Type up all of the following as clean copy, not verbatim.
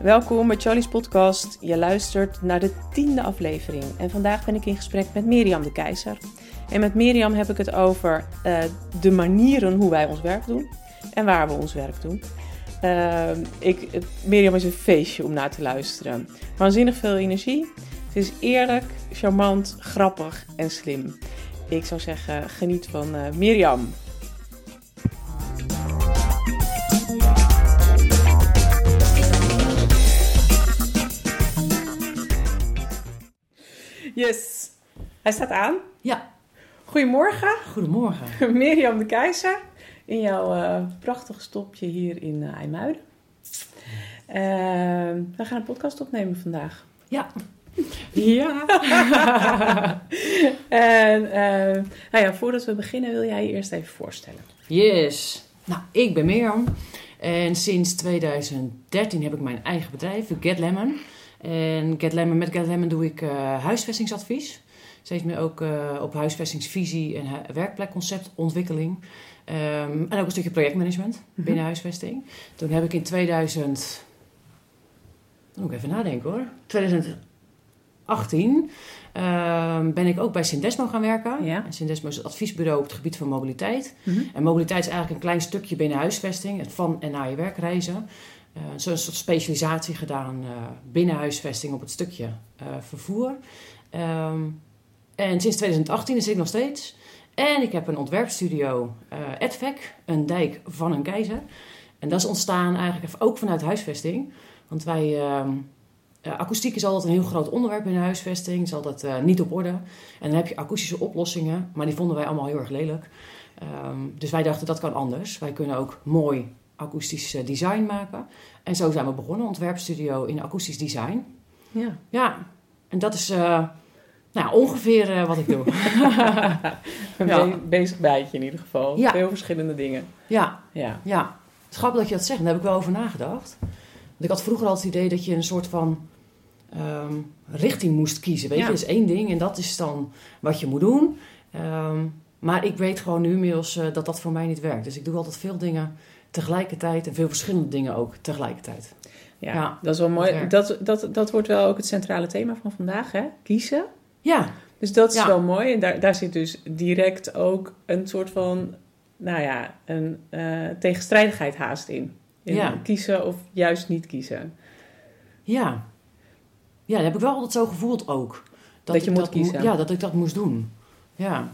welkom bij Charlie's podcast. Je luistert naar de 10e aflevering en vandaag ben ik in gesprek met Mirjam de Keizer. En met Mirjam heb ik het over de manieren hoe wij ons werk doen en waar we ons werk doen. Mirjam is een feestje om naar te luisteren. Waanzinnig veel energie. Ze is eerlijk, charmant, grappig en slim. Ik zou zeggen, geniet van Mirjam. Yes, hij staat aan. Ja. Goedemorgen. Goedemorgen. Mirjam de Keizer in jouw prachtige stopje hier in IJmuiden. We gaan een podcast opnemen vandaag. Ja. Ja. En voordat we beginnen wil jij je eerst even voorstellen. Yes. Nou, ik ben Mirjam. En sinds 2013 heb ik mijn eigen bedrijf, Get Lemon. En met Get Lemon doe ik huisvestingsadvies. Steeds meer ook op huisvestingsvisie en werkplekconceptontwikkeling. En ook een stukje projectmanagement binnen huisvesting. Toen heb ik in 2000... Dan moet ik even nadenken hoor. 2018 ben ik ook bij Syndesmo gaan werken. Ja. En Syndesmo is het adviesbureau op het gebied van mobiliteit. Mm-hmm. En mobiliteit is eigenlijk een klein stukje binnen huisvesting. Het van en naar je werk reizen. Zo'n soort specialisatie gedaan binnen huisvesting op het stukje vervoer. En sinds 2018 zit ik nog steeds. En ik heb een ontwerpstudio, Edvec, een dijk van een keizer. En dat is ontstaan eigenlijk ook vanuit huisvesting. Want akoestiek is altijd een heel groot onderwerp in de huisvesting. Het is altijd niet op orde. En dan heb je akoestische oplossingen, maar die vonden wij allemaal heel erg lelijk. Dus wij dachten, dat kan anders. Wij kunnen ook mooi akoestisch design maken. En zo zijn we begonnen, ontwerpstudio in akoestisch design. Ja. Ja, en dat is ongeveer wat ik doe. Een bezig bijtje in ieder geval. Ja. Veel verschillende dingen. Ja. Ja. Het is grappig dat je dat zegt, daar heb ik wel over nagedacht. Want ik had vroeger altijd het idee dat je een soort van richting moest kiezen. Weet je, dat is één ding en dat is dan wat je moet doen. Maar ik weet gewoon nu inmiddels dat dat voor mij niet werkt. Dus ik doe altijd veel dingen tegelijkertijd en veel verschillende dingen ook tegelijkertijd. Ja, dat is wel mooi. Dat wordt wel ook het centrale thema van vandaag, hè? Kiezen. Ja. Dus dat is wel mooi. En daar zit dus direct ook een soort van, een tegenstrijdigheid haast in. Kiezen of juist niet kiezen. Ja. Ja, dat heb ik wel altijd zo gevoeld ook. Dat je moet kiezen. Dat ik dat moest doen. Ja.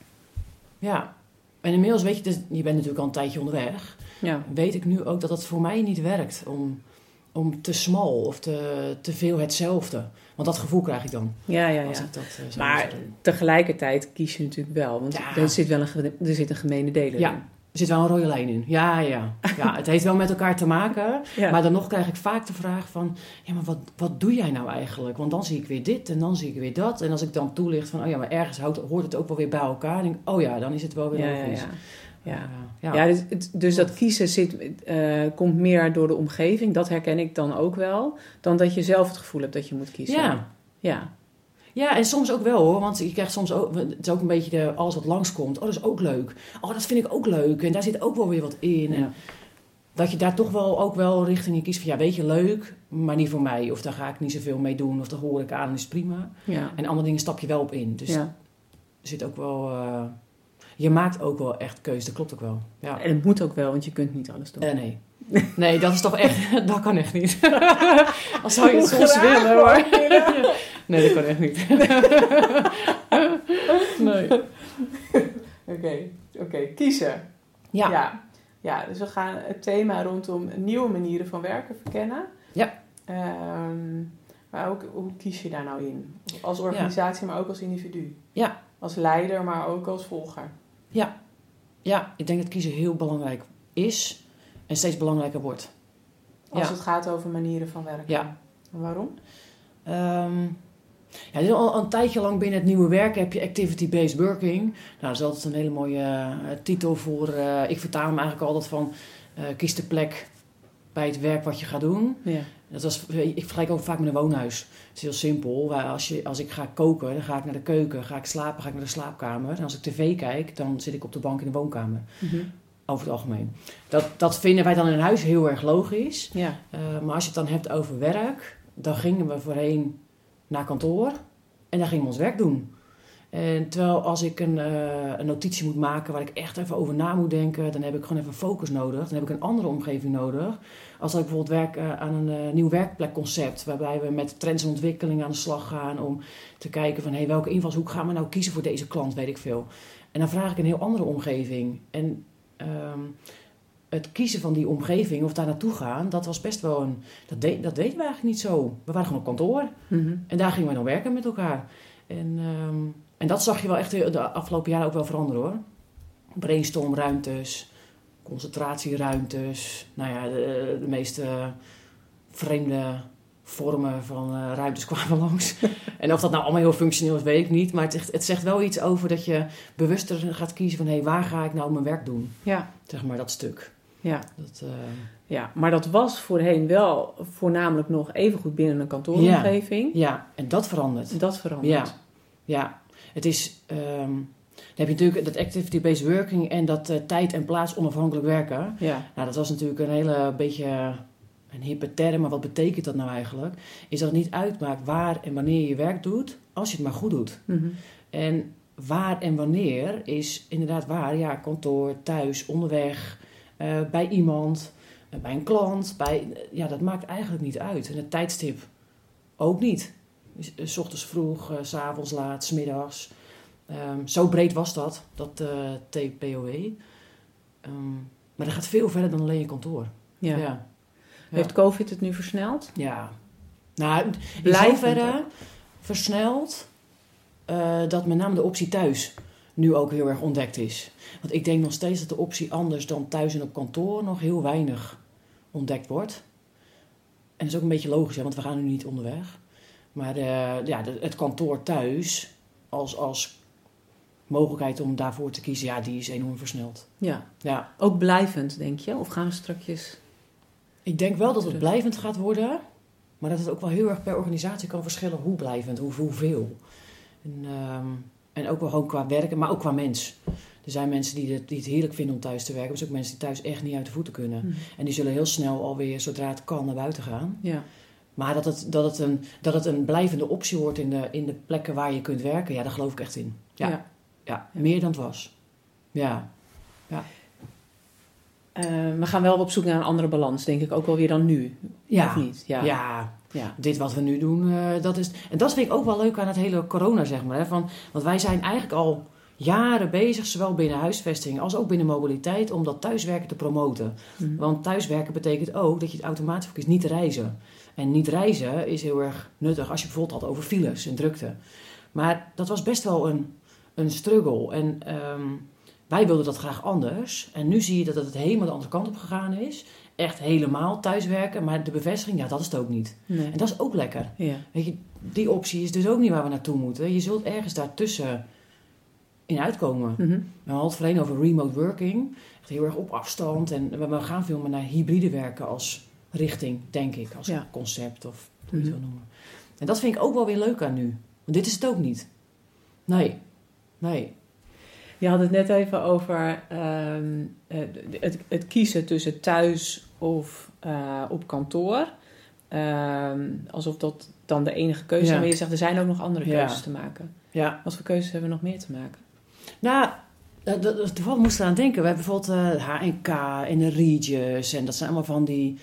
Ja. En inmiddels weet je, dus, je bent natuurlijk al een tijdje onderweg. Ja. Weet ik nu ook dat het voor mij niet werkt om te smal of te veel hetzelfde. Want dat gevoel krijg ik dan. Ja. Als ik dat maar tegelijkertijd kies je natuurlijk wel. Want er zit een gemene deler in. Er zit wel een rode lijn in. Ja. Het heeft wel met elkaar te maken. Ja. Maar dan nog krijg ik vaak de vraag van... Ja, maar wat doe jij nou eigenlijk? Want dan zie ik weer dit en dan zie ik weer dat. En als ik dan toelicht van... maar ergens hoort het ook wel weer bij elkaar. Dan denk ik, dan is het wel weer logisch. Dus dat kiezen komt meer door de omgeving. Dat herken ik dan ook wel. Dan dat je zelf het gevoel hebt dat je moet kiezen. Ja, en soms ook wel hoor. Want je krijgt soms ook... Het is ook een beetje alles wat langskomt. Oh, dat is ook leuk. Oh, dat vind ik ook leuk. En daar zit ook wel weer wat in. Ja. En dat je daar toch wel ook wel richting kiest van... weet je, leuk, maar niet voor mij. Of daar ga ik niet zoveel mee doen. Of daar hoor ik aan en is prima. Ja. En andere dingen stap je wel op in. Dus er zit ook wel... je maakt ook wel echt keuze. Dat klopt ook wel. Ja. En het moet ook wel, want je kunt niet alles doen. Nee. Nee, dat is toch echt... Dat kan echt niet. Als zou je het soms willen hoor. Nee, dat kan echt niet. Nee. Oké, kiezen. Ja, dus we gaan het thema rondom nieuwe manieren van werken verkennen. Ja. Maar ook, hoe kies je daar nou in? Als organisatie, maar ook als individu. Ja. Als leider, maar ook als volger. Ja, ik denk dat kiezen heel belangrijk is en steeds belangrijker wordt. Als het gaat over manieren van werken. Ja. En waarom? Dit is al een tijdje lang binnen het nieuwe werken heb je activity-based working. Nou, dat is altijd een hele mooie titel voor... ik vertaal hem eigenlijk altijd van... kies de plek bij het werk wat je gaat doen. Ja. Ik vergelijk ook vaak met een woonhuis. Het is heel simpel. Als ik ga koken, dan ga ik naar de keuken. Ga ik slapen, ga ik naar de slaapkamer. En als ik tv kijk, dan zit ik op de bank in de woonkamer. Mm-hmm. over het algemeen. Dat vinden wij dan in huis heel erg logisch. Ja. Maar als je het dan hebt over werk, dan gingen we voorheen naar kantoor en daar gingen we ons werk doen. En terwijl als ik een notitie moet maken waar ik echt even over na moet denken, dan heb ik gewoon even focus nodig. Dan heb ik een andere omgeving nodig. Als ik bijvoorbeeld werk aan een nieuw werkplekconcept, waarbij we met trends en ontwikkelingen aan de slag gaan om te kijken van welke invalshoek gaan we nou kiezen voor deze klant, weet ik veel. En dan vraag ik een heel andere omgeving. En het kiezen van die omgeving of daar naartoe gaan, dat was best wel dat deden we eigenlijk niet zo. We waren gewoon op kantoor en daar gingen we dan werken met elkaar. En dat zag je wel echt de afgelopen jaren ook wel veranderen hoor. Brainstormruimtes, concentratieruimtes. Nou ja, de meest vreemde vormen van ruimtes kwamen langs. En of dat nou allemaal heel functioneel is, weet ik niet. Maar het zegt wel iets over dat je bewuster gaat kiezen van waar ga ik nou mijn werk doen? Ja. Zeg maar dat stuk. Ja. Ja, maar dat was voorheen wel voornamelijk nog even goed binnen een kantooromgeving. Ja, en dat verandert. Dat verandert. Ja. Het is, dan heb je natuurlijk dat activity-based working en dat tijd en plaats onafhankelijk werken. Ja. Nou, dat was natuurlijk een hele beetje een hippe term, maar wat betekent dat nou eigenlijk? Is dat het niet uitmaakt waar en wanneer je werk doet, als je het maar goed doet. Mm-hmm. En waar en wanneer is inderdaad waar, ja, kantoor, thuis, onderweg, bij iemand, bij een klant, dat maakt eigenlijk niet uit. En het tijdstip ook niet. 's ochtends vroeg, 's avonds laat, 's middags. Zo breed was dat TPOE. Maar dat gaat veel verder dan alleen je kantoor. Ja. Heeft COVID het nu versneld? Ja. Nou, in zoverre versneld dat met name de optie thuis nu ook heel erg ontdekt is. Want ik denk nog steeds dat de optie anders dan thuis en op kantoor nog heel weinig ontdekt wordt. En dat is ook een beetje logisch, want we gaan nu niet onderweg. Maar het kantoor thuis als mogelijkheid om daarvoor te kiezen, die is enorm versneld. Ja. Ook blijvend, denk je? Of gaan we strakjes... Ik denk wel dat het blijvend gaat worden, maar dat het ook wel heel erg per organisatie kan verschillen hoe blijvend, hoeveel. En ook wel gewoon qua werken, maar ook qua mens. Er zijn mensen die het heerlijk vinden om thuis te werken, maar er zijn ook mensen die thuis echt niet uit de voeten kunnen. En die zullen heel snel alweer, zodra het kan, naar buiten gaan. Ja. Maar dat het een blijvende optie wordt in de plekken waar je kunt werken, daar geloof ik echt in. Ja. Meer dan het was. Ja. We gaan wel op zoek naar een andere balans, denk ik ook wel weer dan nu. Of niet? Ja. Dit wat we nu doen, dat is... En dat vind ik ook wel leuk aan het hele corona, zeg maar. Hè, want wij zijn eigenlijk al jaren bezig, zowel binnen huisvesting als ook binnen mobiliteit, om dat thuiswerken te promoten. Want thuiswerken betekent ook dat je het automatisch kiest niet te reizen. En niet reizen is heel erg nuttig als je bijvoorbeeld had over files en drukte. Maar dat was best wel een struggle. En wij wilden dat graag anders. En nu zie je dat het helemaal de andere kant op gegaan is. Echt helemaal thuiswerken. Maar de bevestiging, dat is het ook niet. Nee. En dat is ook lekker. Ja. Weet je, die optie is dus ook niet waar we naartoe moeten. Je zult ergens daartussen in uitkomen. We hadden het voorheen over remote working. Echt heel erg op afstand. En we gaan veel meer naar hybride werken als richting, denk ik. Als concept of hoe je het wil noemen. En dat vind ik ook wel weer leuk aan nu. Want dit is het ook niet. Nee. Je had het net even over het kiezen tussen thuis of op kantoor. Alsof dat dan de enige keuze is. Maar je zegt, er zijn ook nog andere keuzes te maken. Ja. Wat voor keuzes hebben we nog meer te maken? Nou, toevallig moest ik eraan denken. We hebben bijvoorbeeld HNK en de Regis. En dat zijn allemaal van die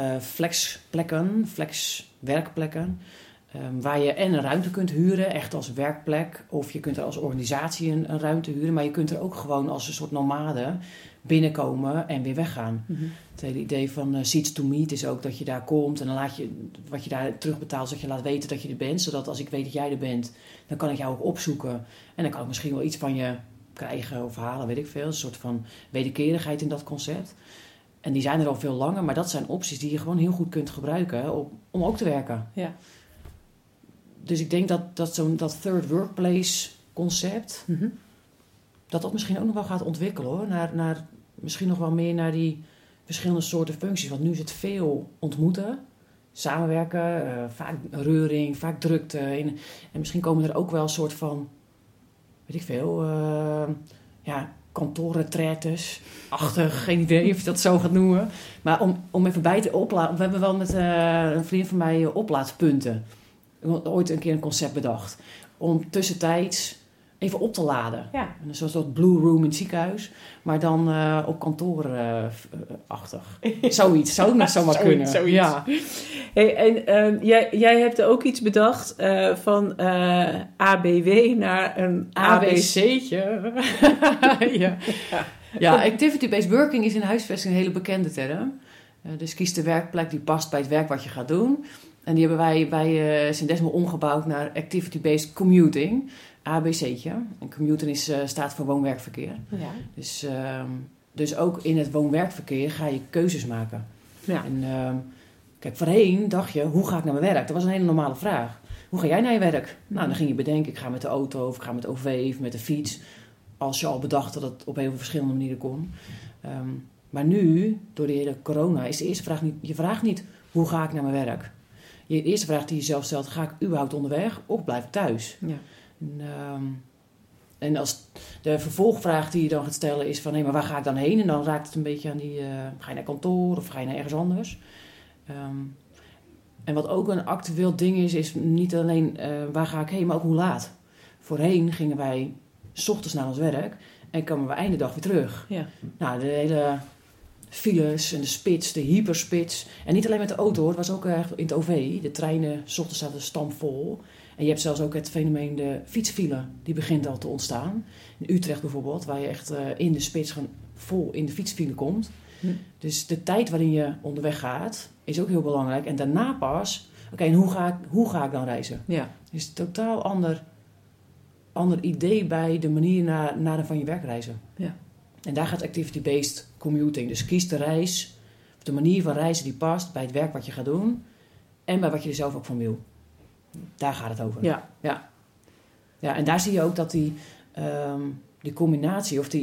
flexwerkplekken. Waar je en een ruimte kunt huren, echt als werkplek. Of je kunt er als organisatie een ruimte huren. Maar je kunt er ook gewoon als een soort nomade binnenkomen en weer weggaan. Het hele idee van Seats to Meet is ook dat je daar komt. En dan laat je wat je daar terugbetaalt, zodat je laat weten dat je er bent. Zodat als ik weet dat jij er bent, dan kan ik jou ook opzoeken. En dan kan ik misschien wel iets van je krijgen of halen, weet ik veel. Een soort van wederkerigheid in dat concept. En die zijn er al veel langer. Maar dat zijn opties die je gewoon heel goed kunt gebruiken om ook te werken. Ja. Dus ik denk dat third workplace concept, dat misschien ook nog wel gaat ontwikkelen hoor. Naar misschien nog wel meer naar die verschillende soorten functies. Want nu is het veel ontmoeten, samenwerken, vaak reuring, vaak drukte. En misschien komen er ook wel een soort van, weet ik veel, kantoorretretes-achtig. Geen idee of je dat zo gaat noemen. Maar om even bij te opladen. We hebben wel met een vriend van mij oplaadpunten. Ooit een keer een concept bedacht. Om tussentijds even op te laden. Ja. Zoals dat Blue Room in het ziekenhuis. Maar dan op kantoorachtig. Zoiets zou ook nog zomaar kunnen. Zoiets. Ja. Hey, en jij hebt ook iets bedacht van ABW naar een ABC'tje. Ja, activity-based working is in huisvesting een hele bekende term. Dus kies de werkplek die past bij het werk wat je gaat doen. En die hebben wij bij Syndesmo omgebouwd naar activity-based commuting. ABC'tje. En commuting staat voor woon-werkverkeer. Ja. Dus ook in het woon-werkverkeer ga je keuzes maken. Ja. En kijk, voorheen dacht je, hoe ga ik naar mijn werk? Dat was een hele normale vraag. Hoe ga jij naar je werk? Nou, dan ging je bedenken, ik ga met de auto of ik ga met de OV of met de fiets. Als je al bedacht dat het op heel veel verschillende manieren kon. Maar nu, door de hele corona, is de eerste vraag niet... Je vraagt niet, hoe ga ik naar mijn werk? Je eerste vraag die je zelf stelt, ga ik überhaupt onderweg of blijf ik thuis? Ja. En als de vervolgvraag die je dan gaat stellen is van... maar waar ga ik dan heen? En dan raakt het een beetje aan die... ga je naar kantoor of ga je naar ergens anders? En wat ook een actueel ding is niet alleen waar ga ik heen, maar ook hoe laat. Voorheen gingen wij 's ochtends naar ons werk en kwamen we einde dag weer terug. Ja. Nou, de hele files en de spits, de hyperspits. En niet alleen met de auto, het was ook in het OV. De treinen, 's ochtends zaten stampvol. En je hebt zelfs ook het fenomeen de fietsfile, die begint al te ontstaan. In Utrecht bijvoorbeeld, waar je echt in de spits gewoon vol in de fietsfile komt. Dus de tijd waarin je onderweg gaat, is ook heel belangrijk. En daarna pas, en hoe ga ik dan reizen? Ja. Dus een totaal ander idee bij de manier naar van je werk reizen. Ja. En daar gaat activity-based commuting. Dus kies de reis, of de manier van reizen die past bij het werk wat je gaat doen. En bij wat je er zelf ook van wil. Daar gaat het over. Ja. Ja, en daar zie je ook dat die combinatie, of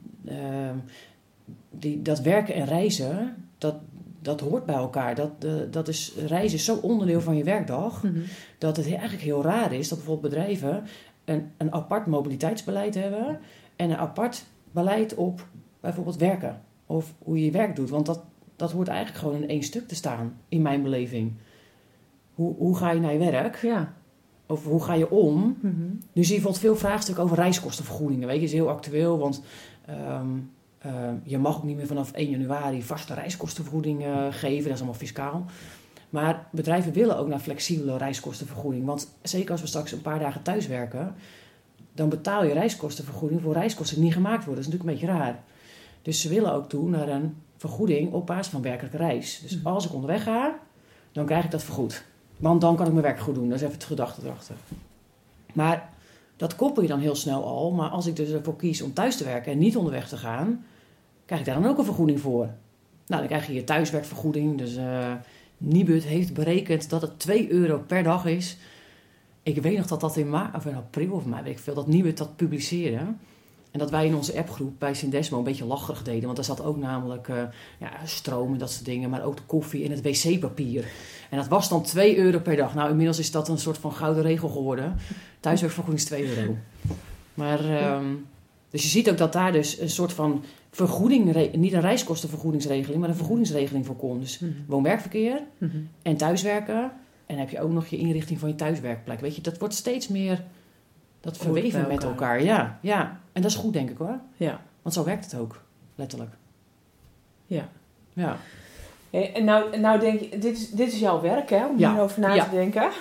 dat werken en reizen, dat hoort bij elkaar. Dat is, reizen is zo onderdeel van je werkdag, dat het eigenlijk heel raar is dat bijvoorbeeld bedrijven een apart mobiliteitsbeleid hebben en een apart beleid op bijvoorbeeld werken. Of hoe je je werk doet. Want dat hoort eigenlijk gewoon in één stuk te staan, in mijn beleving. Hoe ga je naar je werk? Ja. Of hoe ga je om? Nu zie je bijvoorbeeld veel vraagstukken over reiskostenvergoedingen. Weet je, is heel actueel, want je mag ook niet meer vanaf 1 januari vaste reiskostenvergoeding geven. Dat is allemaal fiscaal. Maar bedrijven willen ook naar flexibele reiskostenvergoeding. Want zeker als we straks een paar dagen thuis werken, dan betaal je reiskostenvergoeding voor reiskosten die niet gemaakt worden. Dat is natuurlijk een beetje raar. Dus ze willen ook toe naar een vergoeding op basis van werkelijke reis. Dus als ik onderweg ga, dan krijg ik dat vergoed. Want dan kan ik mijn werk goed doen. Dat is even het gedachte erachter. Maar dat koppel je dan heel snel al. Maar als ik dus ervoor kies om thuis te werken en niet onderweg te gaan, krijg ik daar dan ook een vergoeding voor. Nou, dan krijg je je thuiswerkvergoeding. Dus Nibud heeft berekend dat het €2 per dag is. Ik weet nog dat in april of mei, weet ik veel, dat Nibud dat publiceerde. En dat wij in onze appgroep bij Syndesmo een beetje lacherig deden. Want daar zat ook namelijk stroom en dat soort dingen. Maar ook de koffie en het wc-papier. En dat was dan €2 per dag. Nou, inmiddels is dat een soort van gouden regel geworden. Thuiswerkvergoeding is €2. Maar, dus je ziet ook dat daar dus een soort van vergoeding, niet een reiskostenvergoedingsregeling, maar een vergoedingsregeling voor komt. Dus woon-werkverkeer en thuiswerken. En dan heb je ook nog je inrichting van je thuiswerkplek. Weet je, dat wordt steeds meer... Dat verweven met elkaar, ja. En dat is goed, denk ik, hoor. Ja. Want zo werkt het ook, letterlijk. Ja. En nou denk je, dit is jouw werk, hè? Om hierover na te denken.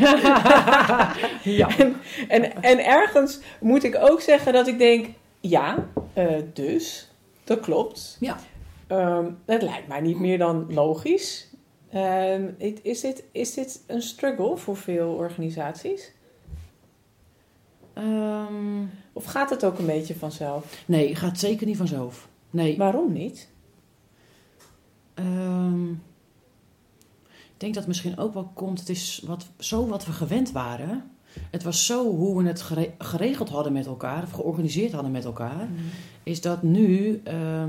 Ja. En ergens moet ik ook zeggen dat ik denk, dus, dat klopt. Ja. Het lijkt mij niet meer dan logisch. Is dit een struggle voor veel organisaties? Of gaat het ook een beetje vanzelf? Nee, het gaat zeker niet vanzelf. Nee. Waarom niet? Ik denk dat het misschien ook wel komt, het is wat we gewend waren. Het was zo hoe we het geregeld hadden met elkaar, of georganiseerd hadden met elkaar, is dat nu,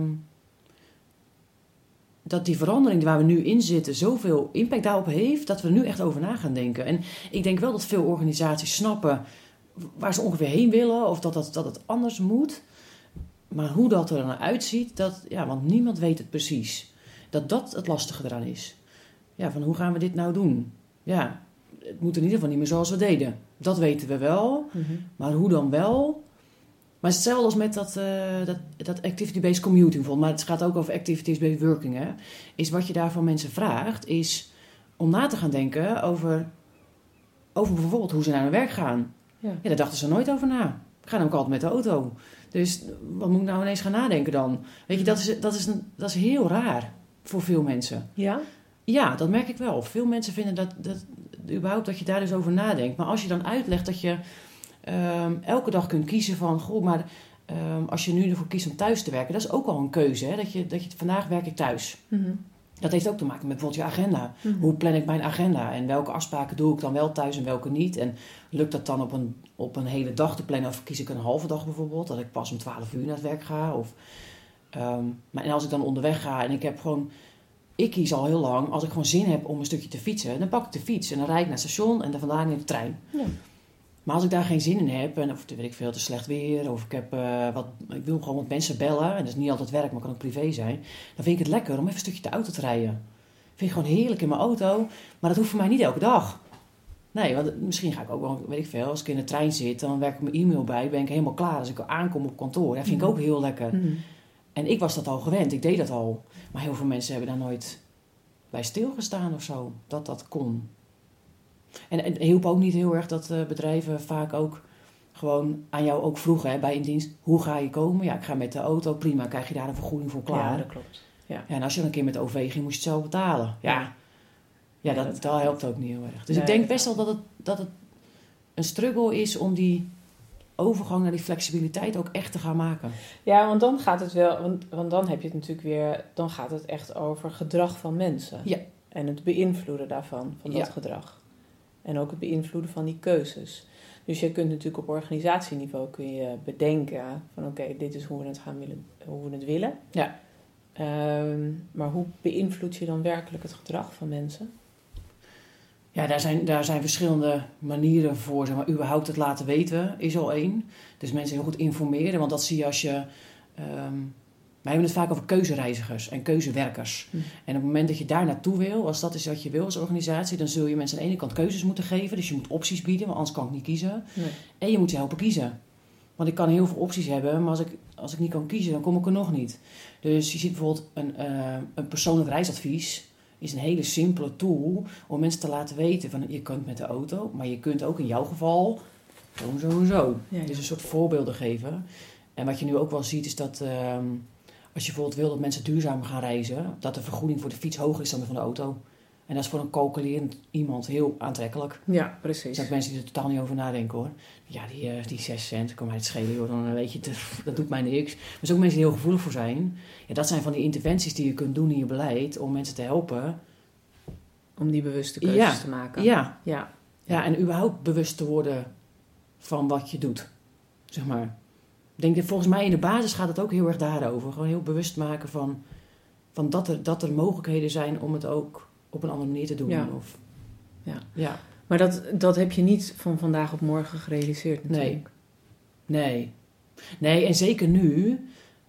dat die verandering waar we nu in zitten zoveel impact daarop heeft, dat we er nu echt over na gaan denken. En ik denk wel dat veel organisaties snappen waar ze ongeveer heen willen, of dat het anders moet. Maar hoe dat er dan uitziet, want niemand weet het precies. Dat het lastige eraan is. Ja, van hoe gaan we dit nou doen? Ja, het moet in ieder geval niet meer zoals we deden. Dat weten we wel, maar hoe dan wel? Maar het is hetzelfde als met dat activity-based commuting. Maar het gaat ook over activities-based working. Hè? Is wat je daar van mensen vraagt, is om na te gaan denken over bijvoorbeeld hoe ze naar hun werk gaan. Ja, daar dachten ze nooit over na. Ik ga namelijk altijd met de auto. Dus wat moet ik nou ineens gaan nadenken dan? Weet je, dat is heel raar voor veel mensen. Ja? Ja, dat merk ik wel. Veel mensen vinden dat je daar dus over nadenkt. Maar als je dan uitlegt dat je elke dag kunt kiezen van... Goh, maar als je nu ervoor kiest om thuis te werken... dat is ook al een keuze, hè? Dat je vandaag werk ik thuis. Mm-hmm. Dat heeft ook te maken met bijvoorbeeld je agenda. Mm-hmm. Hoe plan ik mijn agenda? En welke afspraken doe ik dan wel thuis en welke niet? En lukt dat dan op een hele dag te plannen? Of kies ik een halve dag bijvoorbeeld? Dat ik pas om 12 uur naar het werk ga? En als ik dan onderweg ga en ik heb gewoon... Ik kies al heel lang, als ik gewoon zin heb om een stukje te fietsen... dan pak ik de fiets en dan rijd ik naar het station en dan vandaan in de trein. Ja. Maar als ik daar geen zin in heb, of weet ik veel, te slecht weer... of ik wil gewoon met mensen bellen... en dat is niet altijd werk, maar kan ook privé zijn... dan vind ik het lekker om even een stukje de auto te rijden. Vind ik gewoon heerlijk in mijn auto, maar dat hoeft voor mij niet elke dag. Nee, want misschien ga ik ook wel, weet ik veel... als ik in de trein zit, dan werk ik mijn e-mail bij... ben ik helemaal klaar als ik aankom op kantoor. Dat vind ik ook heel lekker. Mm. En ik was dat al gewend, ik deed dat al... Maar heel veel mensen hebben daar nooit bij stilgestaan of zo, dat kon. En het hielp ook niet heel erg dat bedrijven vaak ook gewoon aan jou ook vroegen, hè, bij een dienst, hoe ga je komen? Ja, ik ga met de auto, prima, krijg je daar een vergoeding voor klaar. Ja, dat klopt. Ja. En als je dan een keer met de OV ging, moest je het zelf betalen. Ja, dat helpt ook niet heel erg. Dus ik denk best wel dat het een struggle is om die... overgang naar die flexibiliteit ook echt te gaan maken. Ja, want dan gaat het wel... Want dan heb je het natuurlijk weer... Dan gaat het echt over gedrag van mensen. Ja. En het beïnvloeden daarvan, van dat gedrag. En ook het beïnvloeden van die keuzes. Dus je kunt natuurlijk op organisatieniveau kun je bedenken... van oké, dit is hoe we het willen. Ja. Maar hoe beïnvloed je dan werkelijk het gedrag van mensen? Ja, daar zijn verschillende manieren voor. Zeg maar, überhaupt het laten weten is al één. Dus mensen heel goed informeren. Want dat zie je als je... wij hebben het vaak over keuzereizigers en keuzewerkers. En op het moment dat je daar naartoe wil... als dat is wat je wil als organisatie... dan zul je mensen aan de ene kant keuzes moeten geven. Dus je moet opties bieden, want anders kan ik niet kiezen. Nee. En je moet ze helpen kiezen. Want ik kan heel veel opties hebben... maar als ik niet kan kiezen, dan kom ik er nog niet. Dus je ziet bijvoorbeeld een persoonlijk reisadvies... is een hele simpele tool om mensen te laten weten van je kunt met de auto, maar je kunt ook in jouw geval zo. Ja. Dus een soort voorbeelden geven. En wat je nu ook wel ziet is dat als je bijvoorbeeld wil dat mensen duurzamer gaan reizen, dat de vergoeding voor de fiets hoger is dan van de auto. En dat is voor een calculerend iemand heel aantrekkelijk. Ja, precies. Er zijn mensen die er totaal niet over nadenken hoor. Ja, die 6 cent, kan mij het schelen hoor. Dan weet je, dat doet mij niks. Maar er zijn ook mensen die heel gevoelig voor zijn. Ja, dat zijn van die interventies die je kunt doen in je beleid om mensen te helpen. Om die bewuste keuzes te maken. Ja, en überhaupt bewust te worden van wat je doet. Zeg maar. Ik denk dat volgens mij in de basis gaat het ook heel erg daarover. Gewoon heel bewust maken van dat er mogelijkheden zijn om het ook op een andere manier te doen. Ja. Maar dat heb je niet van vandaag op morgen gerealiseerd natuurlijk. Nee, en zeker nu...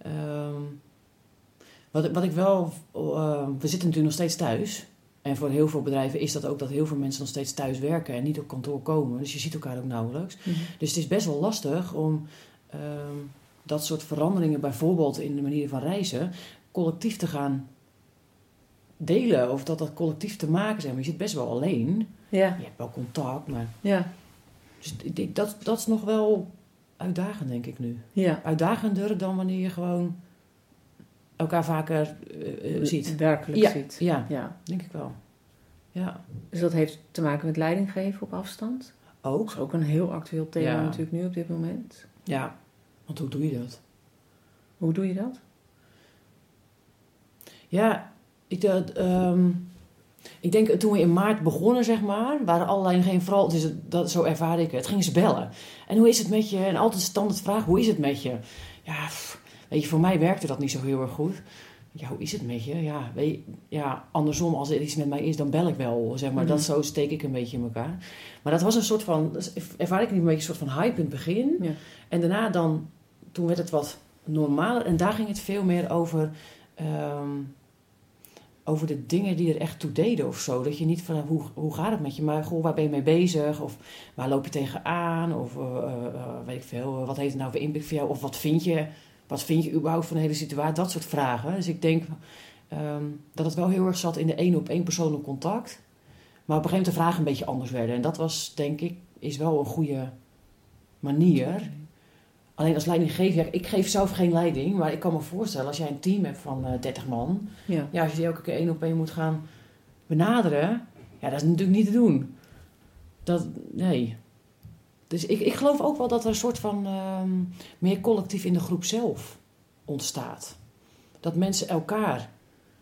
Wat ik wel... we zitten natuurlijk nog steeds thuis. En voor heel veel bedrijven is dat ook dat heel veel mensen nog steeds thuis werken en niet op kantoor komen. Dus je ziet elkaar ook nauwelijks. Mm-hmm. Dus het is best wel lastig om dat soort veranderingen, bijvoorbeeld in de manier van reizen, collectief te gaan delen. Of dat collectief te maken zijn. Maar je zit best wel alleen. Ja. Je hebt wel contact, maar... Ja. Dus dat is nog wel uitdagend, denk ik nu. Ja. Uitdagender dan wanneer je gewoon elkaar vaker ziet. Werkelijk ziet. Ja, denk ik wel. Ja. Dus dat heeft te maken met leidinggeven op afstand? Ook. Dat is ook een heel actueel thema natuurlijk nu op dit moment. Ja, want hoe doe je dat? Hoe doe je dat? Ja, ik denk toen we in maart begonnen, zeg maar, waren allerlei geen vooral, dus zo ervaarde ik het. Gingen ze bellen. En hoe is het met je? En altijd standaard vraag, hoe is het met je? Ja, weet je, voor mij werkte dat niet zo heel erg goed. Ja, hoe is het met je? Ja, andersom, als er iets met mij is, dan bel ik wel, zeg maar. Mm-hmm. Dat zo steek ik een beetje in elkaar. Maar dat was een soort van, ervaar ik niet een beetje een soort van hype in het begin. Ja. En daarna dan, toen werd het wat normaler. En daar ging het veel meer over de dingen die er echt toe deden of zo. Dat je niet van, hoe gaat het met je? Maar goh, waar ben je mee bezig? Of waar loop je tegenaan? Of weet ik veel, wat heeft het nou voor impact voor jou? Of wat vind je überhaupt van de hele situatie? Dat soort vragen. Dus ik denk dat het wel heel erg zat in de 1-op-1 persoonlijk contact. Maar op een gegeven moment de vragen een beetje anders werden. En dat was, denk ik, is wel een goede manier. Alleen als leidinggever, ik geef zelf geen leiding, maar ik kan me voorstellen, als jij een team hebt van 30 man, als je die elke keer 1-op-1 moet gaan benaderen, dat is natuurlijk niet te doen. Nee. Dus ik geloof ook wel dat er een soort van meer collectief in de groep zelf ontstaat. Dat mensen elkaar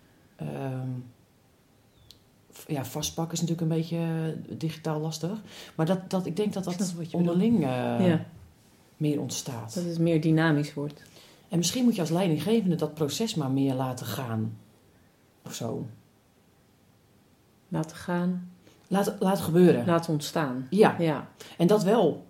vastpakken is natuurlijk een beetje digitaal lastig, maar ik denk dat onderling meer ontstaat. Dat het meer dynamisch wordt. En misschien moet je als leidinggevende dat proces maar meer laten gaan. Of zo. Laten gaan. Laat gebeuren. Laten ontstaan. Ja. En dat wel.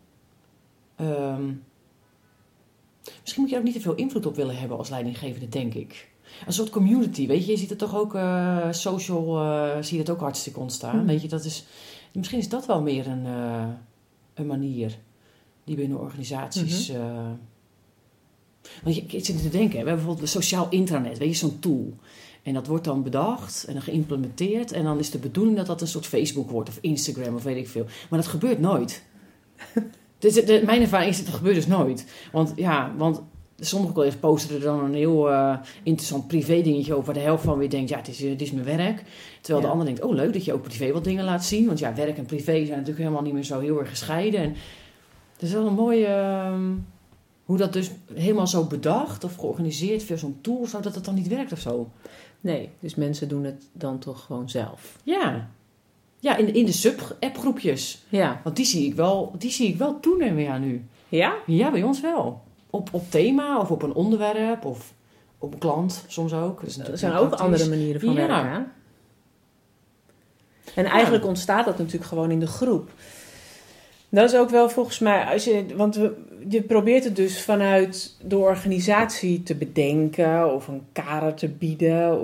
Misschien moet je er ook niet te veel invloed op willen hebben als leidinggevende, denk ik. Een soort community, weet je. Je ziet het toch ook social, zie je het ook hartstikke ontstaan. Weet je, misschien is dat wel meer een manier die binnen organisaties... Want ik zit te denken, we hebben bijvoorbeeld een sociaal intranet, weet je, zo'n tool. En dat wordt dan bedacht en dan geïmplementeerd. En dan is de bedoeling dat dat een soort Facebook wordt of Instagram of weet ik veel. Maar dat gebeurt nooit. Mijn ervaring is dat gebeurt dus nooit. Want sommige collega's posten er dan een heel interessant privé dingetje over, waar de helft van weer denkt, het is mijn werk. Terwijl de ander denkt, leuk dat je ook privé wat dingen laat zien. Want werk en privé zijn natuurlijk helemaal niet meer zo heel erg gescheiden. En het is wel een mooie... hoe dat dus helemaal zo bedacht of georganiseerd via zo'n tool, zodat het dan niet werkt of zo. Nee, dus mensen doen het dan toch gewoon zelf. Ja, in de sub-appgroepjes. Ja. Want die zie ik wel toenemen nu. Ja? Ja, bij ons wel. Op thema of op een onderwerp of op een klant soms ook. Er zijn ook andere manieren van werken. Hè? En eigenlijk ontstaat dat natuurlijk gewoon in de groep. Dat is ook wel volgens mij, want je probeert het dus vanuit de organisatie te bedenken of een kader te bieden.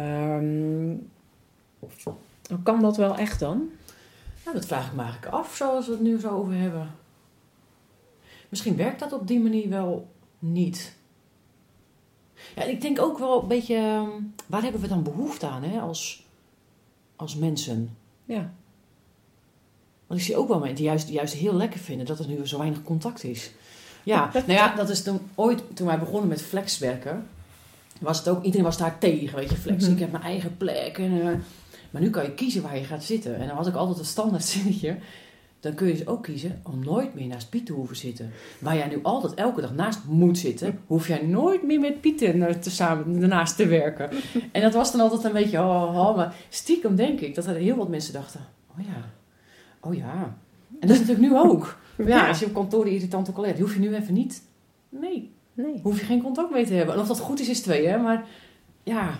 Kan dat wel echt dan? Nou, dat vraag ik me eigenlijk af, zoals we het nu zo over hebben. Misschien werkt dat op die manier wel niet. Ja, ik denk ook wel een beetje, waar hebben we dan behoefte aan, hè, als mensen? Ja. Want ik zie ook wel mensen die juist heel lekker vinden dat er nu zo weinig contact is. Ja, dat is toen wij begonnen met flexwerken, was het ook, iedereen was daar tegen, weet je, flex. Ik heb mijn eigen plek. Maar nu kan je kiezen waar je gaat zitten. En dan had ik altijd een standaard zinnetje. Dan kun je dus ook kiezen om nooit meer naast Piet te hoeven zitten. Waar jij nu altijd elke dag naast moet zitten, hoef jij nooit meer met Piet samen ernaast te werken. En dat was dan altijd een beetje, maar stiekem denk ik dat er heel wat mensen dachten, oh ja. En dat is natuurlijk nu ook. Ja, als je op kantoor de irritante collega, die hoef je nu even niet. Nee. Hoef je geen contact mee te hebben. En of dat goed is 2, hè. Maar ja,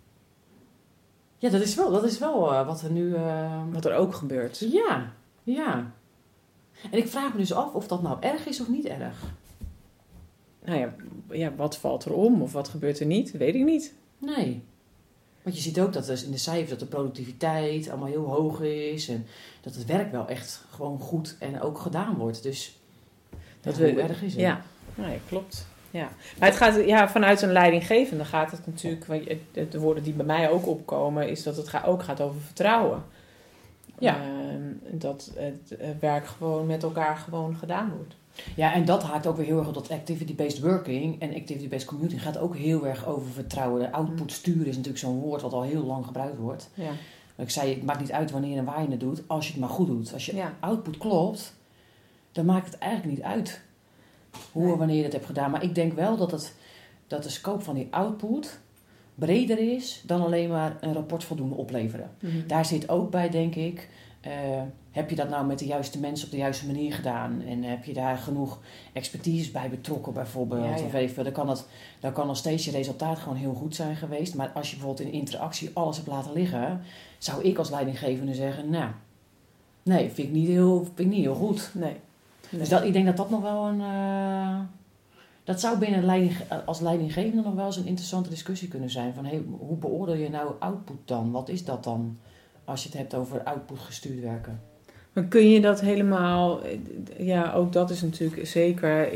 dat is wel wat er nu... Wat er ook gebeurt. Ja. En ik vraag me dus af of dat nou erg is of niet erg. Nou ja, wat valt er om of wat gebeurt er niet? Weet ik niet. Nee. Want je ziet ook dat dus in de cijfers dat de productiviteit allemaal heel hoog is. En dat het werk wel echt gewoon goed en ook gedaan wordt. Dus hoe erg is het? Ja, klopt. Ja. Maar het gaat, vanuit een leidinggevende gaat het natuurlijk... De woorden die bij mij ook opkomen is dat het ook gaat over vertrouwen. Ja. Dat het werk gewoon met elkaar gewoon gedaan wordt. Ja, en dat haakt ook weer heel erg op dat activity-based working en activity-based commuting gaat ook heel erg over vertrouwen. De output sturen is natuurlijk zo'n woord wat al heel lang gebruikt wordt. Ja. Ik zei, het maakt niet uit wanneer en waar je het doet, als je het maar goed doet. Als je output klopt, dan maakt het eigenlijk niet uit hoe en wanneer je het hebt gedaan. Maar ik denk wel dat de scope van die output breder is dan alleen maar een rapport voldoende opleveren. Mm-hmm. Daar zit ook bij, denk ik, heb je dat nou met de juiste mensen op de juiste manier gedaan? En heb je daar genoeg expertise bij betrokken bijvoorbeeld? Ja. Of even, dan kan nog steeds je resultaat gewoon heel goed zijn geweest. Maar als je bijvoorbeeld in interactie alles hebt laten liggen, zou ik als leidinggevende zeggen, nee, vind ik niet heel goed. Nee. Dus ik denk dat nog wel Dat zou als leidinggevende nog wel eens een interessante discussie kunnen zijn. Van, hoe beoordeel je nou output dan? Wat is dat dan? Als je het hebt over output gestuurd werken. Maar kun je dat helemaal... Ja, ook dat is natuurlijk zeker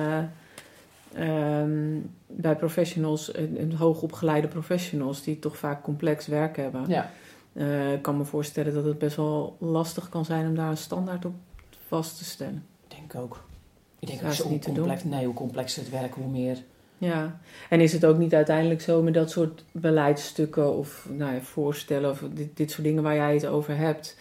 bij professionals, hoogopgeleide professionals, die toch vaak complex werk hebben. Ja. Ik kan me voorstellen dat het best wel lastig kan zijn om daar een standaard op vast te stellen. Ik denk ook. Ik denk ook zo complex. Nee, hoe complexer het werk, hoe meer. Ja, en is het ook niet uiteindelijk zo met dat soort beleidsstukken of voorstellen of dit soort dingen waar jij het over hebt?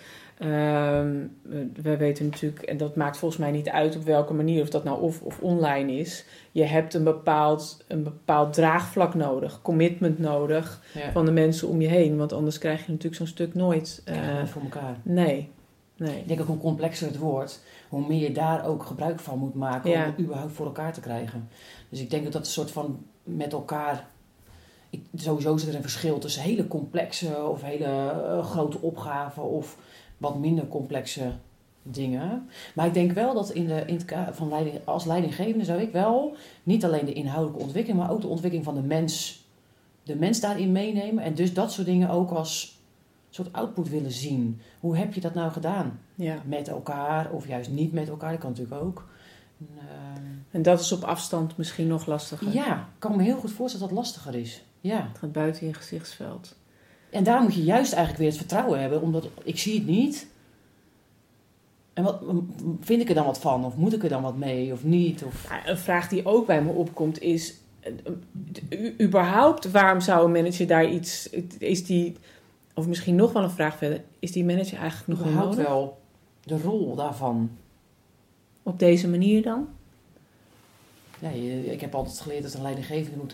We weten natuurlijk, en dat maakt volgens mij niet uit op welke manier, of dat nou of online is. Je hebt een bepaald draagvlak nodig, commitment nodig van de mensen om je heen. Want anders krijg je natuurlijk zo'n stuk nooit voor elkaar. Nee. Ik denk ook hoe complexer het wordt, hoe meer je daar ook gebruik van moet maken om het überhaupt voor elkaar te krijgen. Dus ik denk dat een soort van met elkaar... Sowieso zit er een verschil tussen hele complexe of hele grote opgaven of wat minder complexe dingen. Maar ik denk wel dat als leidinggevende zou ik wel niet alleen de inhoudelijke ontwikkeling, maar ook de ontwikkeling van de mens daarin meenemen. En dus dat soort dingen ook als soort output willen zien. Hoe heb je dat nou gedaan? Ja. Met elkaar of juist niet met elkaar, dat kan natuurlijk ook. En dat is op afstand misschien nog lastiger. Ja, ik kan me heel goed voorstellen dat dat lastiger is. Ja. Het gaat buiten je gezichtsveld. En daar moet je juist eigenlijk weer het vertrouwen hebben, omdat ik zie het niet. En vind ik er dan wat van? Of moet ik er dan wat mee? Of niet? Of... Ja, een vraag die ook bij me opkomt is... überhaupt, waarom zou een manager daar iets... Of misschien nog wel een vraag verder. Is die manager eigenlijk nog wel nodig? Wel de rol daarvan. Op deze manier dan? Ja, ik heb altijd geleerd dat een leidinggevende moet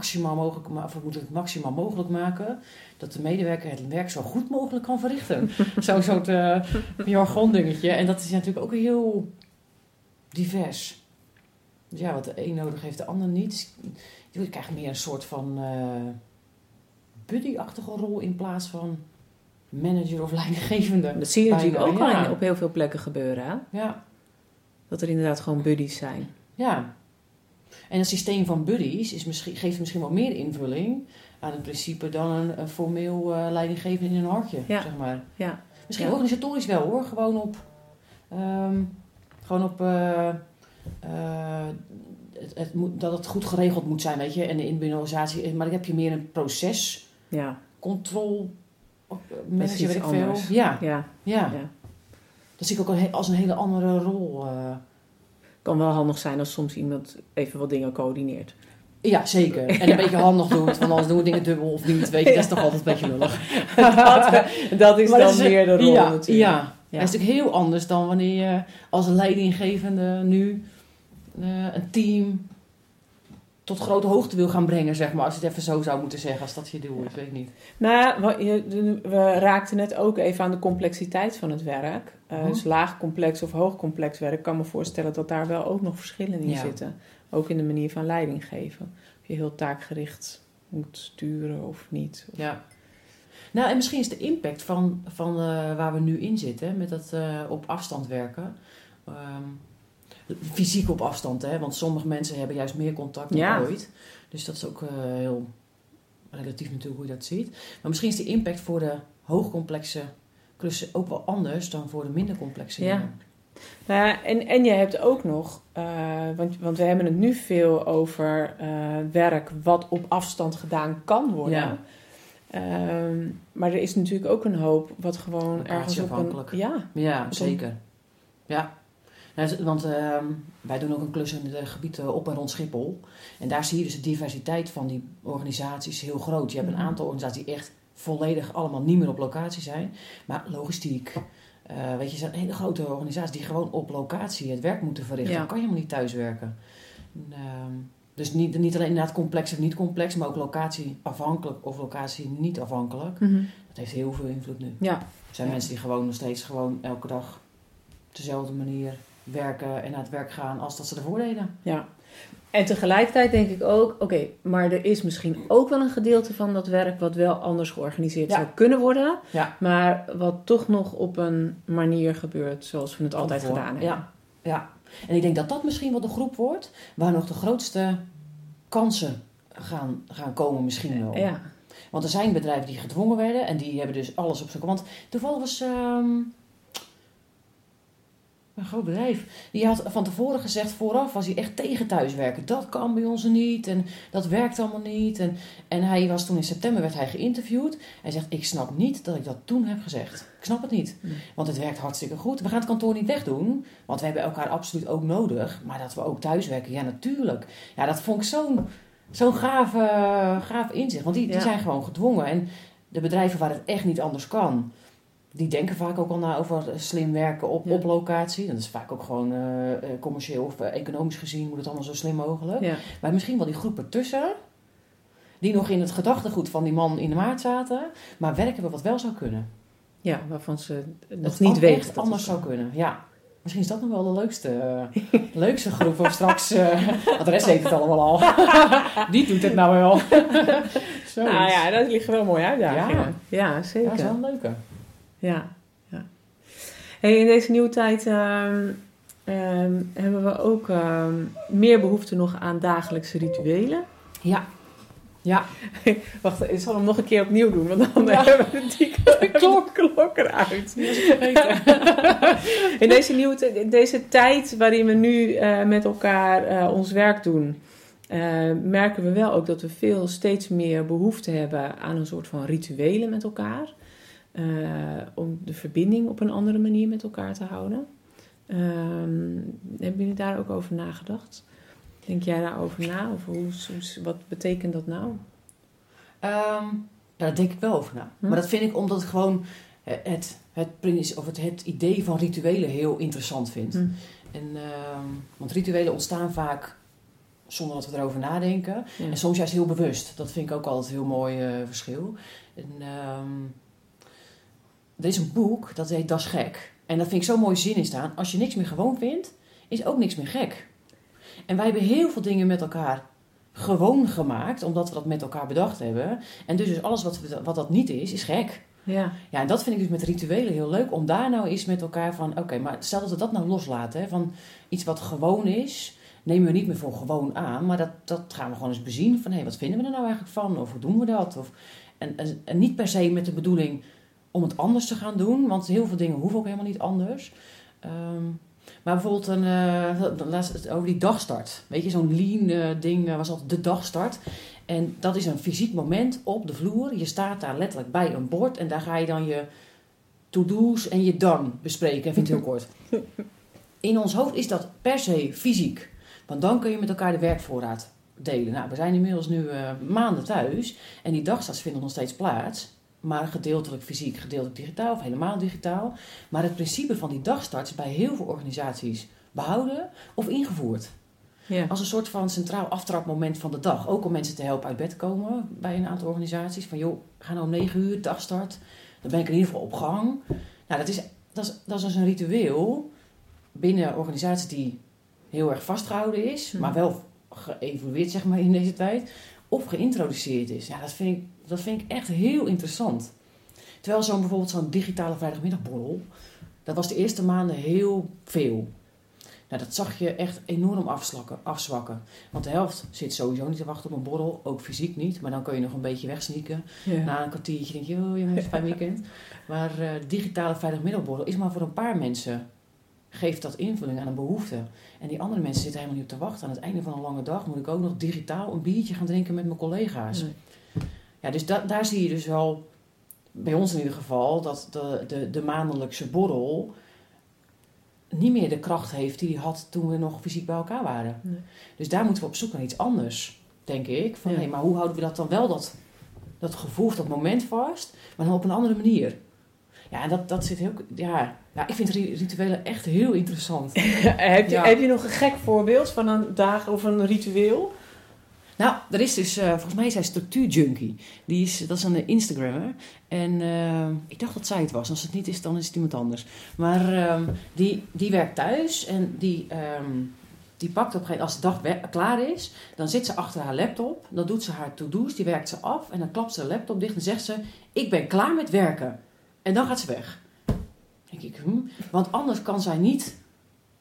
het maximaal mogelijk maken dat de medewerker het werk zo goed mogelijk kan verrichten. Zo'n soort jargon-dingetje. En dat is natuurlijk ook heel divers. Dus ja, wat de een nodig heeft, de ander niet. Je krijgt meer een soort van buddy-achtige rol in plaats van manager of leidinggevende. Dat zie je natuurlijk ook al op heel veel plekken gebeuren. Hè? Ja. Dat er inderdaad gewoon buddies zijn. Ja. En een systeem van buddies geeft misschien wel meer invulling aan het principe dan een formeel leidinggevende in een hartje, zeg maar. Ja. Misschien organisatorisch wel hoor, dat het goed geregeld moet zijn, weet je. En in de organisatie, maar dan heb je meer een proces, control, manager, weet ik veel. Ja. Dat zie ik ook als een hele andere rol. Kan wel handig zijn als soms iemand even wat dingen coördineert. Ja, zeker. En een beetje handig doet, want anders doen we dingen dubbel of niet. Weet je, dat is toch altijd een beetje lullig. dat is dan meer de rol natuurlijk. Ja. Dat is natuurlijk heel anders dan wanneer je als leidinggevende nu een team tot grote hoogte wil gaan brengen, zeg maar. Als je het even zo zou moeten zeggen, als dat je doel is, weet ik niet. Nou, we raakten net ook even aan de complexiteit van het werk. Dus laag complex of hoog complex werk. Ik kan me voorstellen dat daar wel ook nog verschillen in zitten. Ook in de manier van leiding geven. Of je heel taakgericht moet sturen of niet. Ja. Nou, en misschien is de impact van waar we nu in zitten, met dat op afstand werken... fysiek op afstand, hè? Want sommige mensen hebben juist meer contact dan ooit. Dus dat is ook heel relatief natuurlijk hoe je dat ziet. Maar misschien is de impact voor de hoogcomplexe klussen ook wel anders dan voor de minder complexe dingen. Ja, en je hebt ook nog, want we hebben het nu veel over werk wat op afstand gedaan kan worden. Ja. Maar er is natuurlijk ook een hoop wat gewoon ergens op Ja, zeker. Ja. Want wij doen ook een klus in het gebied op en rond Schiphol. En daar zie je dus de diversiteit van die organisaties heel groot. Je hebt een aantal organisaties die echt volledig allemaal niet meer op locatie zijn. Maar logistiek, weet je, zijn hele grote organisaties die gewoon op locatie het werk moeten verrichten. Dan kan je helemaal niet thuiswerken. Dus niet alleen inderdaad complex of niet complex, maar ook locatie afhankelijk of locatie niet afhankelijk. Mm-hmm. Dat heeft heel veel invloed nu. Ja. Er zijn mensen die gewoon nog steeds elke dag op dezelfde manier werken en naar het werk gaan als dat ze ervoor deden. Ja. En tegelijkertijd denk ik ook, maar er is misschien ook wel een gedeelte van dat werk wat wel anders georganiseerd zou kunnen worden. Ja. Maar wat toch nog op een manier gebeurt zoals we het altijd gedaan hebben. Ja. En ik denk dat dat misschien wel de groep wordt waar nog de grootste kansen gaan komen misschien wel. Ja. Want er zijn bedrijven die gedwongen werden en die hebben dus alles op zijn kant. Toevallig was een groot bedrijf. Die had van tevoren gezegd, vooraf was hij echt tegen thuiswerken. Dat kan bij ons niet en dat werkt allemaal niet. En hij was toen in september werd hij geïnterviewd. Hij zegt, ik snap niet dat ik dat toen heb gezegd. Ik snap het niet. Want het werkt hartstikke goed. We gaan het kantoor niet wegdoen. Want we hebben elkaar absoluut ook nodig. Maar dat we ook thuiswerken, ja natuurlijk. Ja, dat vond ik zo'n gaaf inzicht. Want die zijn gewoon gedwongen. En de bedrijven waar het echt niet anders kan, die denken vaak ook al na over slim werken op locatie. Dat is vaak ook gewoon commercieel of economisch gezien moet het allemaal zo slim mogelijk. Ja. Maar misschien wel die groep ertussen, die nog in het gedachtegoed van die man in de maart zaten, maar werken we wat wel zou kunnen. Ja, waarvan ze nog niet weten. Echt anders zou kunnen, ja. Misschien is dat nog wel de leukste groep of straks, want de rest weet het allemaal al. Die doet het nou wel. Nou ja, dat liggen wel mooie uitdagingen. Ja, zeker. Ja, dat is wel een leuke. Ja. Hey, in deze nieuwe tijd hebben we ook meer behoefte nog aan dagelijkse rituelen. Ja. Wacht, ik zal hem nog een keer opnieuw doen, want dan hebben we die klok eruit. In deze tijd waarin we nu met elkaar ons werk doen, merken we wel ook dat we steeds meer behoefte hebben aan een soort van rituelen met elkaar. Om de verbinding op een andere manier met elkaar te houden. Hebben jullie daar ook over nagedacht? Denk jij daarover na? Of wat betekent dat nou? Daar denk ik wel over na. Maar dat vind ik omdat ik gewoon het idee van rituelen heel interessant vind. Want rituelen ontstaan vaak zonder dat we erover nadenken. Ja. En soms juist heel bewust. Dat vind ik ook altijd een heel mooi verschil. Er is een boek, dat heet Das Gek. En daar vind ik zo'n mooie zin in staan. Als je niks meer gewoon vindt, is ook niks meer gek. En wij hebben heel veel dingen met elkaar gewoon gemaakt, omdat we dat met elkaar bedacht hebben. En dus alles wat dat niet is gek. Ja, en dat vind ik dus met rituelen heel leuk. Om daar nou eens met elkaar van, oké, maar stel dat we dat nou loslaten. Hè, van iets wat gewoon is, nemen we niet meer voor gewoon aan. Maar dat gaan we gewoon eens bezien. Van, wat vinden we er nou eigenlijk van? Of hoe doen we dat? En niet per se met de bedoeling om het anders te gaan doen. Want heel veel dingen hoeven ook helemaal niet anders. Maar bijvoorbeeld over die dagstart. Weet je, zo'n lean ding was altijd de dagstart. En dat is een fysiek moment op de vloer. Je staat daar letterlijk bij een bord. En daar ga je dan je to-do's en je done bespreken. Even heel kort. In ons hoofd is dat per se fysiek. Want dan kun je met elkaar de werkvoorraad delen. Nou, we zijn inmiddels nu maanden thuis. En die dagstarts vinden nog steeds plaats. Maar gedeeltelijk fysiek, gedeeltelijk digitaal of helemaal digitaal. Maar het principe van die dagstart is bij heel veel organisaties behouden of ingevoerd. Ja. Als een soort van centraal aftrapmoment van de dag. Ook om mensen te helpen uit bed komen bij een aantal organisaties. Van joh, ga nou om 9 uur, dagstart. Dan ben ik in ieder geval op gang. Nou, dat is dus een ritueel binnen organisaties die heel erg vastgehouden is. Maar wel geëvolueerd zeg maar in deze tijd. Of geïntroduceerd is. Ja, dat vind ik echt heel interessant. Terwijl bijvoorbeeld zo'n digitale vrijdagmiddagborrel, dat was de eerste maanden heel veel. Nou, dat zag je echt enorm afzwakken. Want de helft zit sowieso niet te wachten op een borrel, ook fysiek niet. Maar dan kun je nog een beetje wegsneaken. Ja. Na een kwartiertje denk je, oh jongens, fijn weekend. Maar digitale vrijdagmiddagborrel is maar voor een paar mensen. Geeft dat invulling aan een behoefte. En die andere mensen zitten helemaal niet op te wachten. Aan het einde van een lange dag moet ik ook nog digitaal een biertje gaan drinken met mijn collega's. Nee. Ja, dus daar zie je dus wel, bij ons in ieder geval, dat de maandelijkse borrel niet meer de kracht heeft die hij had toen we nog fysiek bij elkaar waren. Nee. Dus daar moeten we op zoek naar iets anders, denk ik. Van, maar hoe houden we dat dan wel, dat gevoel of dat moment vast, maar dan op een andere manier. Ja, en dat zit heel... Ja, ik vind rituelen echt heel interessant. Heb je nog een gek voorbeeld van een dag of een ritueel? Nou, er is dus... volgens mij is hij structuurjunkie. Dat is een Instagrammer. En ik dacht dat zij het was. Als het niet is, dan is het iemand anders. Maar die werkt thuis. En die pakt op een gegeven moment... Als de dag klaar is, dan zit ze achter haar laptop. Dan doet ze haar to-do's. Die werkt ze af. En dan klapt ze de laptop dicht en zegt ze... Ik ben klaar met werken. En dan gaat ze weg. Denk ik, Want anders kan zij niet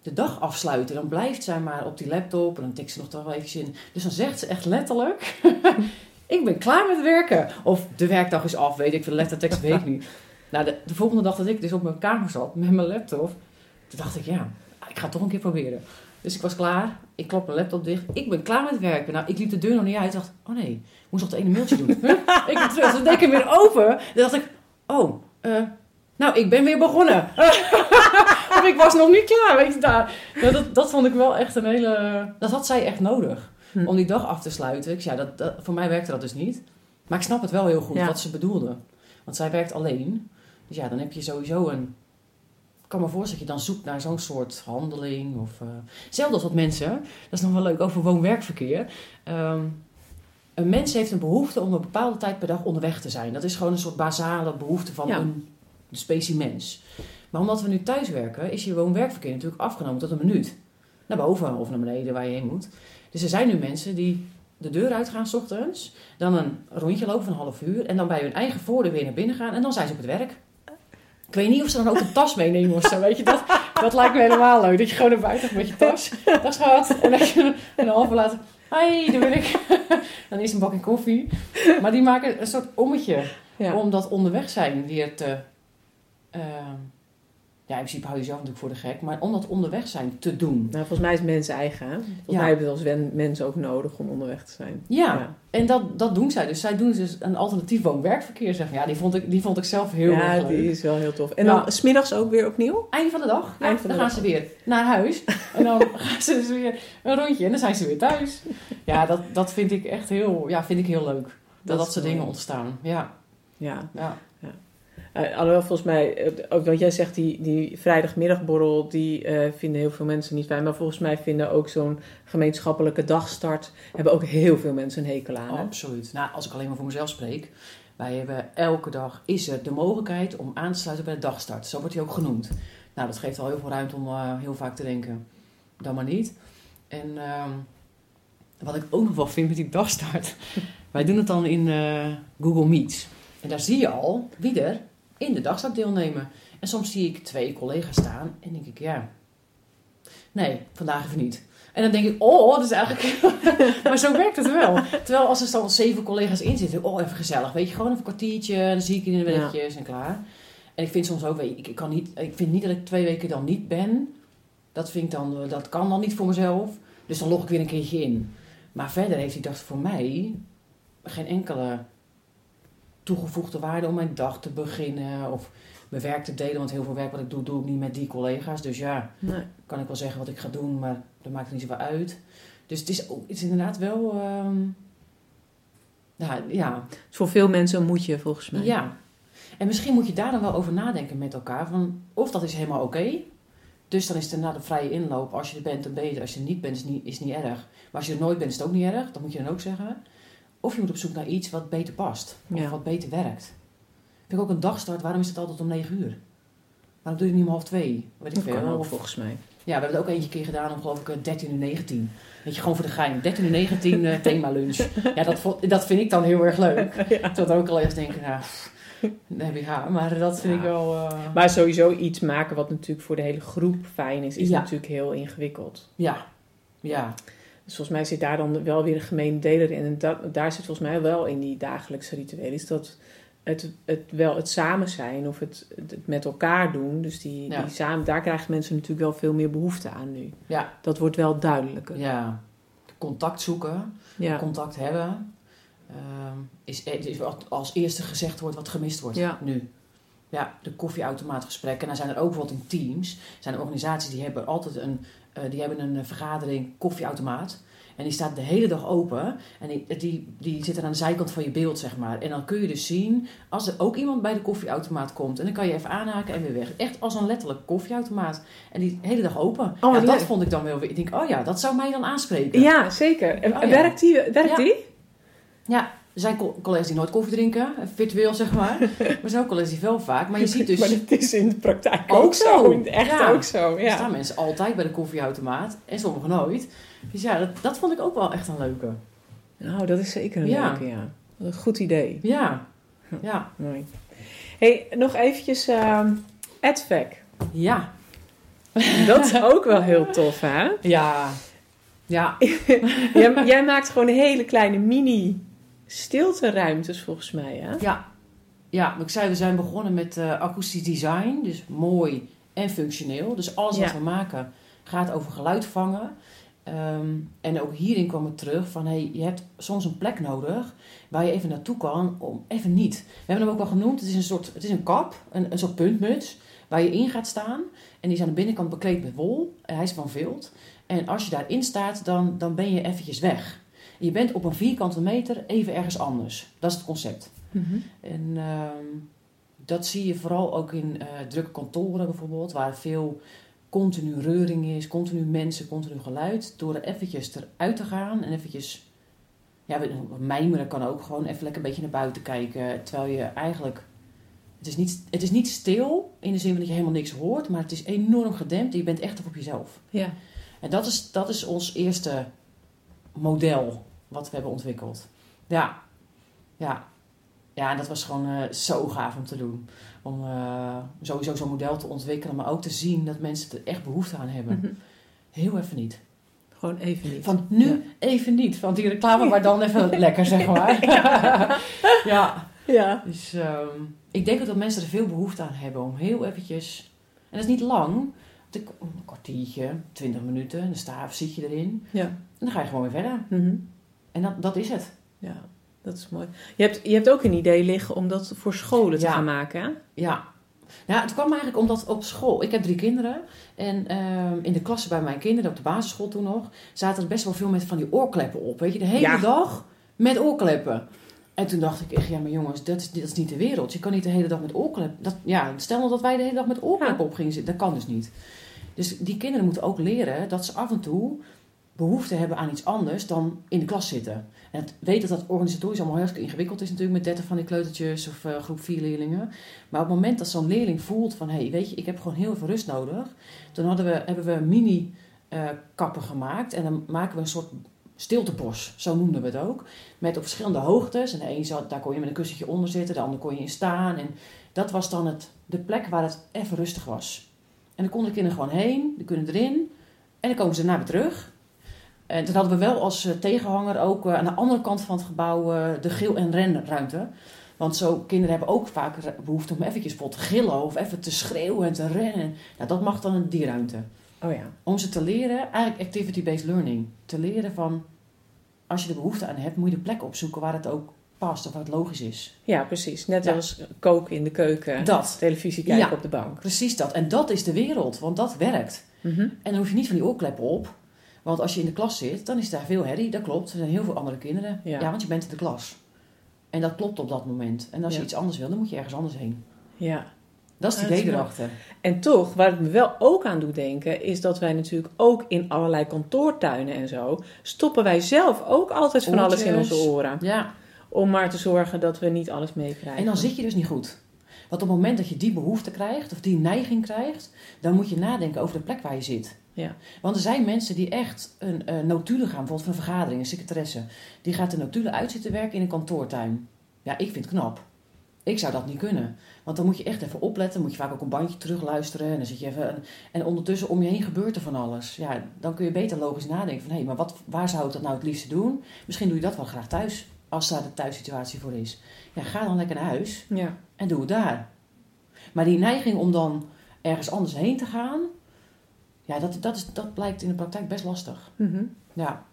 de dag afsluiten. Dan blijft zij maar op die laptop en dan tikt ze nog wel eventjes in. Dus dan zegt ze echt letterlijk, ik ben klaar met werken. Of de werkdag is af, weet ik veel, lettertekst weet ik niet. Nou, de volgende dag dat ik dus op mijn kamer zat met mijn laptop, toen dacht ik, ik ga het toch een keer proberen. Dus ik was klaar, ik klop mijn laptop dicht, ik ben klaar met werken. Nou, ik liep de deur nog niet uit, dacht, oh nee, ik moest nog het ene mailtje doen. Ik ben terug, toen deed ik hem weer open. Toen dacht ik, nou, ik ben weer begonnen. Of ik was nog niet klaar, weet je daar. Dat vond ik wel echt een hele... Dat had zij echt nodig, om die dag af te sluiten. Voor mij werkte dat dus niet. Maar ik snap het wel heel goed wat ze bedoelde. Want zij werkt alleen. Dus dan heb je sowieso een... Ik kan me voorstellen dat je dan zoekt naar zo'n soort handeling. Of, hetzelfde als wat mensen, dat is nog wel leuk, over woon-werkverkeer. Een mens heeft een behoefte om een bepaalde tijd per dag onderweg te zijn. Dat is gewoon een soort basale behoefte van een specie mens. Maar omdat we nu thuis werken, is je woon-werkverkeer natuurlijk afgenomen tot een minuut. Naar boven of naar beneden waar je heen moet. Dus er zijn nu mensen die de deur uitgaan 's ochtends, dan een rondje lopen van een half uur en dan bij hun eigen voordeur weer naar binnen gaan en dan zijn ze op het werk. Ik weet niet of ze dan ook een tas meenemen of zo, weet je. Dat lijkt me helemaal leuk. Dat je gewoon naar buiten gaat met je tas. Dat gaat. En dat je een half uur later... Hoi, daar ben ik. Dan is een bakje koffie. Maar die maken een soort ommetje. Ja. Om dat onderweg zijn weer te... in principe hou je zelf natuurlijk voor de gek. Maar om dat onderweg zijn te doen. Nou, volgens mij is het mensen eigen. Hè? Volgens mij hebben we als mensen ook nodig om onderweg te zijn. Ja. En dat doen zij. Dus zij doen dus een alternatief woon-werkverkeer. Zeg maar. Ja, die vond ik zelf heel erg leuk. Die is wel heel tof. En dan 's middags ook weer opnieuw? Einde van de dag. Ja, dan gaan ze weer naar huis. En dan gaan ze dus weer een rondje. En dan zijn ze weer thuis. Ja, dat vind ik echt heel leuk. Dat soort dingen ontstaan. Ja. Alhoewel volgens mij, ook wat jij zegt, die vrijdagmiddagborrel, die vinden heel veel mensen niet fijn. Maar volgens mij vinden ook zo'n gemeenschappelijke dagstart, hebben ook heel veel mensen een hekel aan. Hè? Absoluut. Nou, als ik alleen maar voor mezelf spreek. Wij hebben elke dag, is er de mogelijkheid om aan te sluiten bij de dagstart. Zo wordt die ook genoemd. Nou, dat geeft al heel veel ruimte om heel vaak te denken, dan maar niet. En wat ik ook nog wel vind met die dagstart. Wij doen het dan in Google Meets. En daar zie je al wie er in de dagstart deelnemen. En soms zie ik 2 collega's staan en denk ik, nee, vandaag even niet. En dan denk ik, dat is eigenlijk... maar zo werkt het wel. Terwijl als er dan 7 collega's in zitten, even gezellig. Weet je, gewoon even een kwartiertje, dan zie ik in de weetjes en klaar. En ik vind soms ook, ik vind niet dat ik 2 weken dan niet ben. Dat kan dan niet voor mezelf. Dus dan log ik weer een keertje in. Maar verder heeft die dag voor mij geen enkele toegevoegde waarde om mijn dag te beginnen of mijn werk te delen. Want heel veel werk wat ik doe ik niet met die collega's. Dus kan ik wel zeggen wat ik ga doen, maar dat maakt er niet zoveel uit. Dus het is inderdaad wel... Het is voor veel mensen een moetje, volgens mij. Ja. En misschien moet je daar dan wel over nadenken met elkaar. Of dat is helemaal oké. Dus dan is het na de vrije inloop. Als je er bent, dan ben je er. Als je er niet bent, is het niet erg. Maar als je er nooit bent, is het ook niet erg. Dat moet je dan ook zeggen. Of je moet op zoek naar iets wat beter past. Of wat beter werkt. Vind ik ook een dagstart. Waarom is het altijd om 9 uur? Waarom doe je het niet om 1:30? Weet ik veel. Ook, volgens mij. Ja, we hebben het ook eentje keer gedaan om geloof ik 13:19. Weet je, gewoon voor de gein. 13:19 thema lunch. Ja, dat vind ik dan heel erg leuk. Tot ook al eens denken, dan heb je haar. Maar dat vind ik wel... Maar sowieso iets maken wat natuurlijk voor de hele groep fijn is natuurlijk heel ingewikkeld. Ja. Dus volgens mij zit daar dan wel weer een gemene deler in. En daar zit volgens mij wel in die dagelijkse rituelen. Is dat het samen zijn of het met elkaar doen. Dus die samen, daar krijgen mensen natuurlijk wel veel meer behoefte aan nu. Ja. Dat wordt wel duidelijker. Ja. Contact zoeken. Ja. Contact hebben. Is wat als eerste gezegd wordt wat gemist wordt nu. Ja, de koffieautomaatgesprekken. En dan zijn er ook bijvoorbeeld in teams. Zijn er organisaties die hebben altijd een vergadering koffieautomaat. En die staat de hele dag open. En die zit er aan de zijkant van je beeld, zeg maar. En dan kun je dus zien, als er ook iemand bij de koffieautomaat komt. En dan kan je even aanhaken en weer weg. Echt als een letterlijk koffieautomaat. En die hele dag open. Dat vond ik dan wel weer. Ik denk, dat zou mij dan aanspreken. Ja, zeker. En werkt die? Ja. Er zijn collega's die nooit koffie drinken, virtueel zeg maar. Maar er zijn ook collega's die wel vaak. Maar je ziet dus... Maar het is in de praktijk ook zo. In het echt ook zo, Er staan mensen altijd bij de koffieautomaat en sommigen nooit. Dus dat vond ik ook wel echt een leuke. Nou, dat is zeker een leuke, Een goed idee. Ja. Mooi. Hey, nog eventjes AdVac. Ja. Dat is ook wel heel tof, hè? Ja. Jij maakt gewoon hele kleine mini stilteruimtes volgens mij, hè? Ja, ik zei, we zijn begonnen met akoestisch design. Dus mooi en functioneel. Dus alles wat we maken gaat over geluid vangen. En ook hierin kwam het terug van, je hebt soms een plek nodig waar je even naartoe kan, om even niet. We hebben hem ook wel genoemd, het is een kap, een soort puntmuts, waar je in gaat staan. En die is aan de binnenkant bekleed met wol. Hij is van vilt. En als je daarin staat, dan ben je eventjes weg. En je bent op een vierkante meter even ergens anders. Dat is het concept. Mm-hmm. En dat zie je vooral ook in drukke kantoren bijvoorbeeld, waar veel continu reuring is, continu mensen, continu geluid. Door er eventjes eruit te gaan en eventjes, mijmeren kan ook, gewoon even lekker een beetje naar buiten kijken. Terwijl je eigenlijk, het is niet stil in de zin van dat je helemaal niks hoort, maar het is enorm gedempt en je bent echt op jezelf. Ja. En dat is ons eerste model wat we hebben ontwikkeld. Ja, en dat was gewoon zo gaaf om te doen. Om sowieso zo'n model te ontwikkelen, maar ook te zien dat mensen er echt behoefte aan hebben. Mm-hmm. Heel even niet. Gewoon even niet. Van nu even niet. Want die reclame, maar dan even lekker, zeg maar. Ja. Dus ik denk ook dat mensen er veel behoefte aan hebben om heel eventjes... En dat is niet lang. Een kwartiertje, 20 minuten. Dan zit je erin. Ja. En dan ga je gewoon weer verder. Mm-hmm. En dat is het. Ja. Dat is mooi. Je hebt ook een idee liggen om dat voor scholen te gaan maken, hè? Ja, het kwam eigenlijk omdat op school... Ik heb 3 kinderen. En in de klasse bij mijn kinderen, op de basisschool toen nog... zaten er best wel veel met van die oorkleppen op. Weet je, de hele dag met oorkleppen. En toen dacht ik echt, maar jongens, dat is niet de wereld. Je kan niet de hele dag met oorkleppen... Stel nou dat wij de hele dag met oorkleppen op gingen zitten. Dat kan dus niet. Dus die kinderen moeten ook leren dat ze af en toe... behoefte hebben aan iets anders dan in de klas zitten. En ik weet dat organisatorisch allemaal heel ingewikkeld is natuurlijk... met 30 van die kleutertjes of groep 4 leerlingen. Maar op het moment dat zo'n leerling voelt van... weet je, ik heb gewoon heel veel rust nodig... dan hebben we mini kappen gemaakt... en dan maken we een soort stiltebos, zo noemden we het ook... met op verschillende hoogtes. En de een daar kon je met een kussentje onder zitten... de ander kon je in staan. En dat was dan de plek waar het even rustig was. En dan konden de kinderen gewoon heen, die kunnen erin... en dan komen ze daarna weer terug... En toen hadden we wel als tegenhanger ook aan de andere kant van het gebouw de gil- en renruimte. Want zo kinderen hebben ook vaak behoefte om eventjes te gillen of even te schreeuwen en te rennen. Nou, dat mag dan in die ruimte. Oh ja. Om ze te leren, eigenlijk activity-based learning. Te leren van, als je er behoefte aan hebt, moet je de plek opzoeken waar het ook past of waar het logisch is. Ja, precies. Net als koken in de keuken, televisie kijken op de bank. Precies dat. En dat is de wereld, want dat werkt. Mm-hmm. En dan hoef je niet van die oorkleppen op. Want als je in de klas zit, dan is daar veel herrie. Dat klopt. Er zijn heel veel andere kinderen. Ja, want je bent in de klas. En dat klopt op dat moment. En als je iets anders wil, dan moet je ergens anders heen. Ja. Dat is het idee erachter. En toch, waar het me wel ook aan doet denken... is dat wij natuurlijk ook in allerlei kantoortuinen en zo... stoppen wij zelf ook altijd van alles in onze oren. Ja. Om maar te zorgen dat we niet alles meekrijgen. En dan zit je dus niet goed. Want op het moment dat je die behoefte krijgt... of die neiging krijgt... dan moet je nadenken over de plek waar je zit. Ja. Want er zijn mensen die echt een notulen gaan, bijvoorbeeld van een vergadering, een secretaresse. Die gaat de notulen uit zitten werken in een kantoortuin. Ja, ik vind het knap. Ik zou dat niet kunnen. Want dan moet je echt even opletten. Dan moet je vaak ook een bandje terugluisteren. En dan zit je even... En ondertussen om je heen gebeurt er van alles. Ja, dan kun je beter logisch nadenken van... maar waar zou ik dat nou het liefste doen? Misschien doe je dat wel graag thuis. Als daar de thuissituatie voor is. Ja, ga dan lekker naar huis. Ja. En doe het daar. Maar die neiging om dan ergens anders heen te gaan... Ja, dat blijkt in de praktijk best lastig. Mm-hmm. Ja.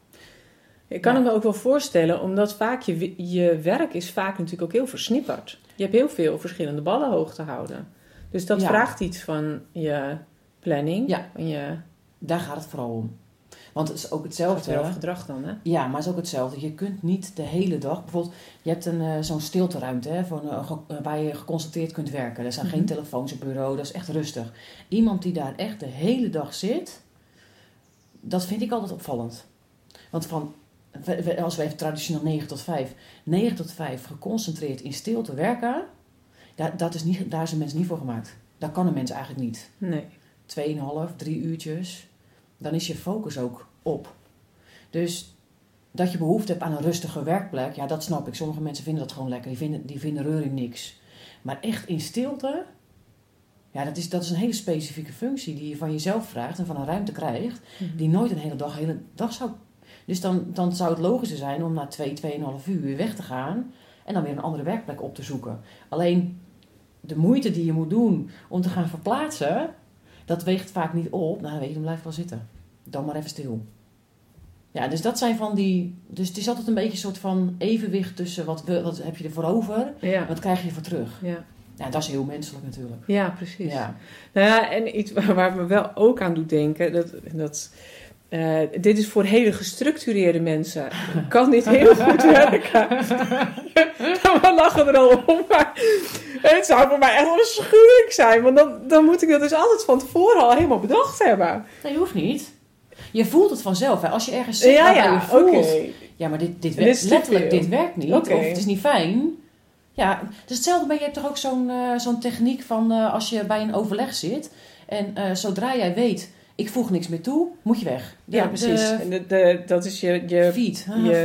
Ik kan me ook wel voorstellen, omdat vaak je werk is vaak natuurlijk ook heel versnipperd. Je hebt heel veel verschillende ballen hoog te houden. Dus dat vraagt iets van je planning. Ja, van daar gaat het vooral om. Want het is ook hetzelfde. Het gedrag dan, hè? Ja, maar het is ook hetzelfde. Je kunt niet de hele dag... Bijvoorbeeld, je hebt zo'n stilteruimte hè, waar je geconcentreerd kunt werken. Er zijn geen telefoons op bureau, dat is echt rustig. Iemand die daar echt de hele dag zit... Dat vind ik altijd opvallend. Want als we even traditioneel 9 tot 5... 9 tot 5 geconcentreerd in stilte werken... Daar is een mens niet voor gemaakt. Dat kan een mens eigenlijk niet. Nee. 2,5, 3 uurtjes... Dan is je focus ook op. Dus dat je behoefte hebt aan een rustige werkplek... Ja, dat snap ik. Sommige mensen vinden dat gewoon lekker. Die vinden reuring niks. Maar echt in stilte... Ja, dat is een hele specifieke functie die je van jezelf vraagt en van een ruimte krijgt, die nooit een hele dag zou... Dus dan zou het logischer zijn om na 2,5 uur weer weg te gaan en dan weer een andere werkplek op te zoeken. Alleen de moeite die je moet doen om te gaan verplaatsen, dat weegt vaak niet op. Nou, weet je, dan blijf ik wel zitten. Dan maar even stil. Ja, dus dat zijn van die... Dus het is altijd een beetje een soort van evenwicht tussen wat heb je ervoor over, wat krijg je voor terug. Ja. Ja, dat is heel menselijk natuurlijk. Ja, precies. Ja. Nou ja, en iets waar me wel ook aan doet denken, dit is voor hele gestructureerde mensen. Kan dit heel goed werken? We lachen er al om, maar het zou voor mij echt wel een schuring zijn. Want dan moet ik dat dus altijd van tevoren al helemaal bedacht hebben. Nee, je hoeft niet. Je voelt het vanzelf. Hè? Als je ergens zit waarbij je voelt... Okay. Ja, maar dit werkt niet. Okay. Of het is niet fijn. Ja, het is hetzelfde, maar je hebt toch ook zo'n techniek van als je bij een overleg zit en zodra jij weet, ik voeg niks meer toe, moet je weg. Ja, precies. Dat is je feed.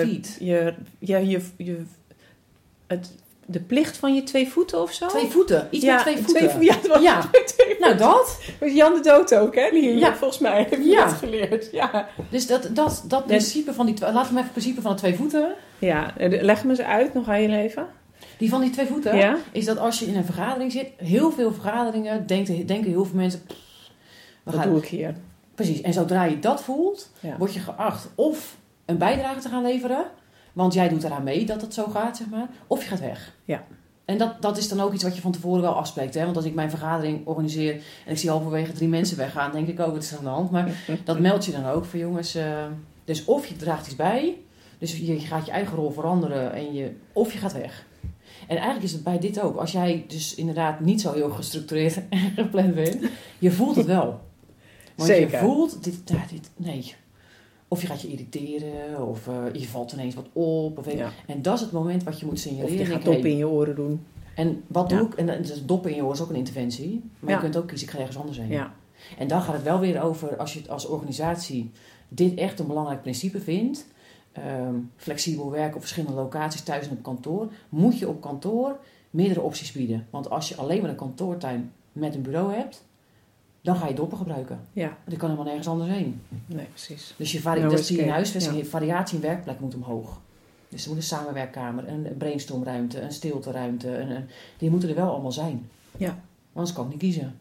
De plicht van je 2 voeten of zo? 2 voeten. Iets met 2 voeten. Twee nou, dat. Jan de Dood ook, hè? Die volgens mij heeft dat geleerd. Ja. Dus dat principe van die... Laten we even het principe van de 2 voeten. Ja, leg me eens uit nog aan je leven. Die van die 2 voeten is dat als je in een vergadering zit, heel veel vergaderingen denken heel veel mensen... Wat doe ik hier? Precies. En zodra je dat voelt, word je geacht of een bijdrage te gaan leveren, want jij doet eraan mee dat het zo gaat, zeg maar, of je gaat weg. Ja. En dat is dan ook iets wat je van tevoren wel afspreekt. Hè? Want als ik mijn vergadering organiseer en ik zie halverwege 3 mensen weggaan, denk ik, wat is er aan de hand? Maar dat meld je dan ook voor jongens. Dus of je draagt iets bij, dus je gaat je eigen rol veranderen of je gaat weg. En eigenlijk is het bij dit ook. Als jij dus inderdaad niet zo heel gestructureerd en gepland bent, je voelt het wel. Want zeker. Je voelt, nee. Of je gaat je irriteren, of je valt ineens wat op. En dat is het moment wat je moet signaleren. Of je gaat doppen in je oren doen. En wat doe ik? En dus doppen in je oren is ook een interventie. Maar je kunt ook kiezen, ik ga ergens anders heen. Ja. En dan gaat het wel weer over, als je het als organisatie dit echt een belangrijk principe vindt, flexibel werken op verschillende locaties, thuis en op kantoor, moet je op kantoor meerdere opties bieden. Want als je alleen maar een kantoortuin met een bureau hebt, dan ga je doppen gebruiken. Ja. Je kan helemaal nergens anders heen. Nee, precies. Dus dat zie je in huisvesting, je variatie in werkplek moet omhoog. Dus er moet een samenwerkkamer, een brainstormruimte, een stilteruimte, die moeten er wel allemaal zijn. Ja. Anders kan ik niet kiezen.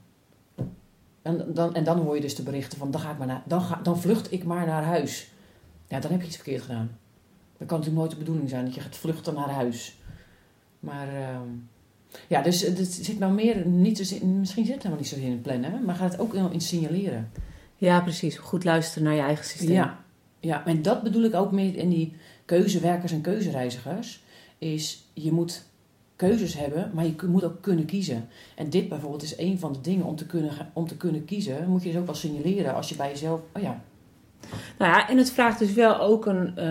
En dan hoor je dus de berichten van, dan vlucht ik maar naar huis. Ja, dan heb je iets verkeerd gedaan. Dat kan natuurlijk nooit de bedoeling zijn dat je gaat vluchten naar huis. Maar dus het zit nou meer niet zo in, misschien zit het helemaal niet zo in het plannen, maar gaat het ook in signaleren. Ja, precies. Goed luisteren naar je eigen systeem. Ja, en dat bedoel ik ook meer in die keuzewerkers en keuzereizigers. Is je moet keuzes hebben, maar je moet ook kunnen kiezen. En dit bijvoorbeeld is een van de dingen om te kunnen kiezen. Moet je dus ook wel signaleren als je bij jezelf... Nou ja, en het vraagt dus wel ook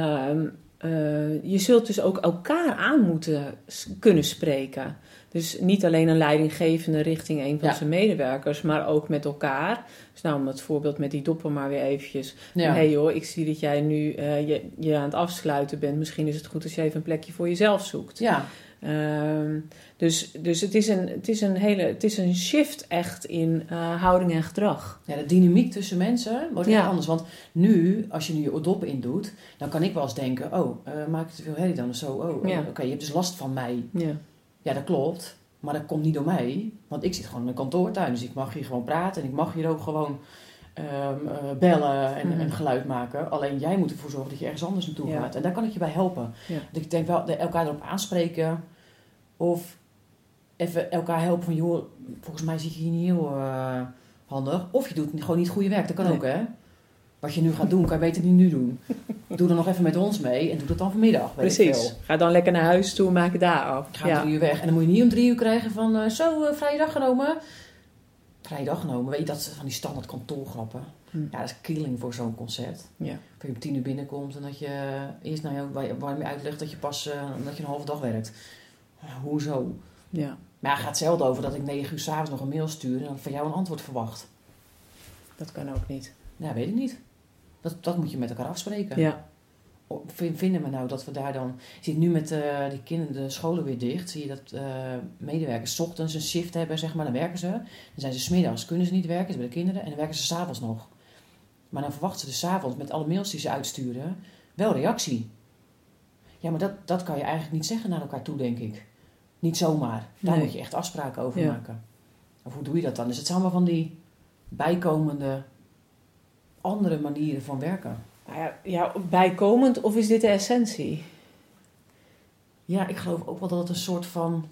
je zult dus ook elkaar aan moeten kunnen spreken. Dus niet alleen een leidinggevende richting een van zijn medewerkers, maar ook met elkaar. Dus nou, om het voorbeeld met die doppen maar weer eventjes. Ja. Hey joh, ik zie dat jij nu je aan het afsluiten bent. Misschien is het goed als je even een plekje voor jezelf zoekt. Ja. Dus het is een shift echt in houding en gedrag. Ja, de dynamiek tussen mensen wordt heel anders. Want nu, als je nu je doppen indoet, dan kan ik wel eens denken, maak ik te veel herrie dan of zo? Oké, je hebt dus last van mij. Ja, dat klopt. Maar dat komt niet door mij. Want ik zit gewoon in een kantoortuin. Dus ik mag hier gewoon praten. En ik mag hier ook gewoon bellen en geluid maken. Alleen jij moet ervoor zorgen dat je ergens anders naartoe gaat. En daar kan ik je bij helpen. Ja. Dus ik denk wel, elkaar erop aanspreken. Of even elkaar helpen van, joh, volgens mij zit je hier niet heel handig. Of je doet gewoon niet het goede werk. Dat kan ook, hè. Wat je nu gaat doen, kan je beter niet nu doen. Doe dan nog even met ons mee en doe dat dan vanmiddag. Precies. Ga dan lekker naar huis toe en maak het daar af. Ga 3 uur weg. En dan moet je niet om 3 uur krijgen van, vrije dag genomen. Vrije dag genomen, weet je, dat van die standaard kantoorgrappen. Ja, dat is killing voor zo'n concert. Ja. Dat je om 10 uur binnenkomt en dat je eerst waar je uitlegt dat je pas dat je een halve dag werkt. Hoezo? Ja. Maar het gaat zelden over dat ik 9 uur 's avonds nog een mail stuur en dan van jou een antwoord verwacht. Dat kan ook niet. Ja, weet ik niet. Dat moet je met elkaar afspreken. Ja. vinden we nou dat we daar dan... Je ziet nu met die kinderen, de scholen weer dicht. Zie je dat medewerkers 's ochtends een shift hebben, zeg maar. Dan werken ze. Dan zijn ze 's middags, kunnen ze niet werken bij de kinderen. En dan werken ze 's avonds nog. Maar dan verwachten ze dus 's avonds met alle mails die ze uitsturen wel reactie. Ja, maar dat kan je eigenlijk niet zeggen naar elkaar toe, denk ik. Niet zomaar. Daar moet je echt afspraken over maken. Of hoe doe je dat dan? Dus het zijn allemaal van die bijkomende andere manieren van werken. Ja, bijkomend, of is dit de essentie? Ja, ik geloof ook wel dat het een soort van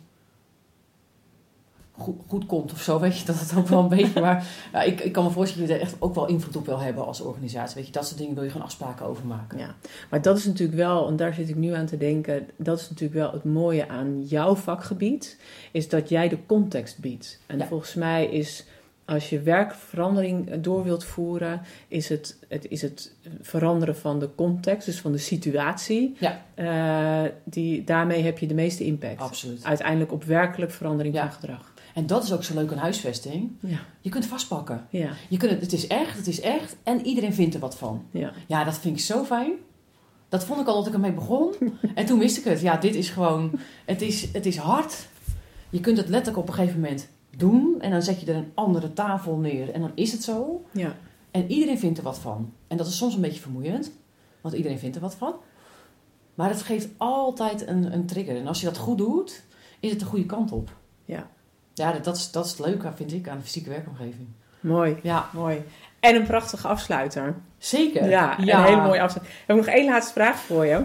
goed komt of zo, weet je, dat het ook wel een beetje, maar ik kan me voorstellen dat je er echt ook wel invloed op wil hebben als organisatie, weet je, dat soort dingen wil je gewoon afspraken over maken. Ja, maar dat is natuurlijk wel, en daar zit ik nu aan te denken, dat is natuurlijk wel het mooie aan jouw vakgebied, is dat jij de context biedt. En volgens mij is, als je werkverandering door wilt voeren, is het veranderen van de context, dus van de situatie. Ja. Daarmee heb je de meeste impact. Absoluut. Uiteindelijk op werkelijk verandering van gedrag. En dat is ook zo leuk aan huisvesting. Ja. Je kunt vastpakken. Ja. Het is echt en iedereen vindt er wat van. Ja, dat vind ik zo fijn. Dat vond ik al dat ik ermee begon. En toen wist ik het. Ja, dit is gewoon, het is hard. Je kunt het letterlijk op een gegeven moment doen. En dan zet je er een andere tafel neer. En dan is het zo. Ja. En iedereen vindt er wat van. En dat is soms een beetje vermoeiend. Want iedereen vindt er wat van. Maar het geeft altijd een trigger. En als je dat goed doet, is het de goede kant op. Ja. Ja, dat is het leuke, vind ik, aan de fysieke werkomgeving. Mooi. Ja. Mooi. En een prachtige afsluiter. Zeker. Ja, een hele mooie afsluiter. We hebben nog één laatste vraag voor je.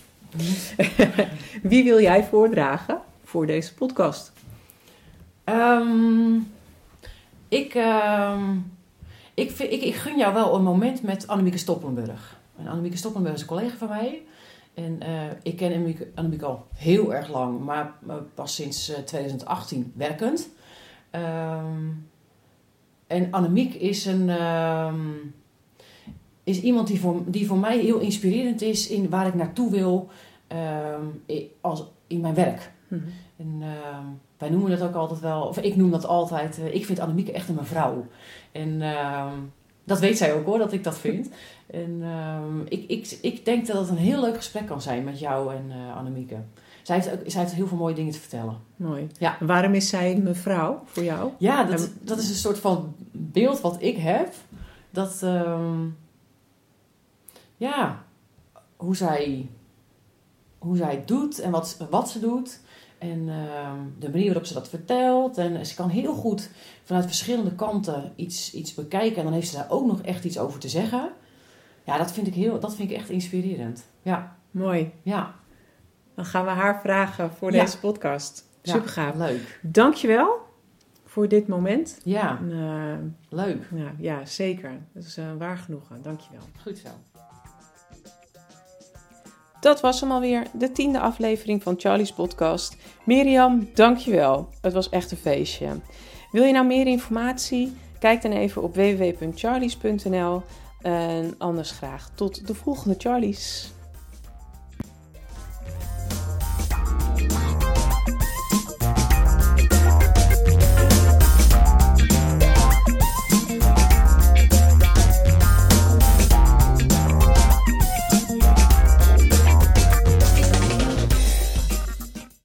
Wie wil jij voordragen voor deze podcast? Ik gun jou wel een moment met Annemieke Stoppenburg. En Annemieke Stoppenburg is een collega van mij. En ik ken Annemieke al heel erg lang, maar pas sinds 2018 werkend. En Annemiek is iemand die voor mij heel inspirerend is in waar ik naartoe wil in mijn werk. Mm-hmm. En wij noemen dat ook altijd wel, of ik noem dat altijd, ik vind Annemieke echt een mevrouw. En dat weet zij ook hoor, dat ik dat vind. En ik denk dat het een heel leuk gesprek kan zijn met jou en Annemieke. Zij heeft heel veel mooie dingen te vertellen. Mooi. Ja. Waarom is zij een mevrouw voor jou? Ja, dat is een soort van beeld wat ik heb. Dat, hoe zij doet en wat ze doet. En de manier waarop ze dat vertelt. En ze kan heel goed vanuit verschillende kanten iets bekijken. En dan heeft ze daar ook nog echt iets over te zeggen. Ja, dat vind ik echt inspirerend. Ja. Mooi. Ja. Dan gaan we haar vragen voor deze podcast. Super gaaf. Leuk. Dankjewel voor dit moment. Ja, leuk. Ja, zeker. Dat is waar genoegen. Dankjewel. Goed zo. Dat was hem alweer, de 10e aflevering van Charlie's podcast. Mirjam, dankjewel. Het was echt een feestje. Wil je nou meer informatie? Kijk dan even op www.charlies.nl. En anders graag tot de volgende Charlies.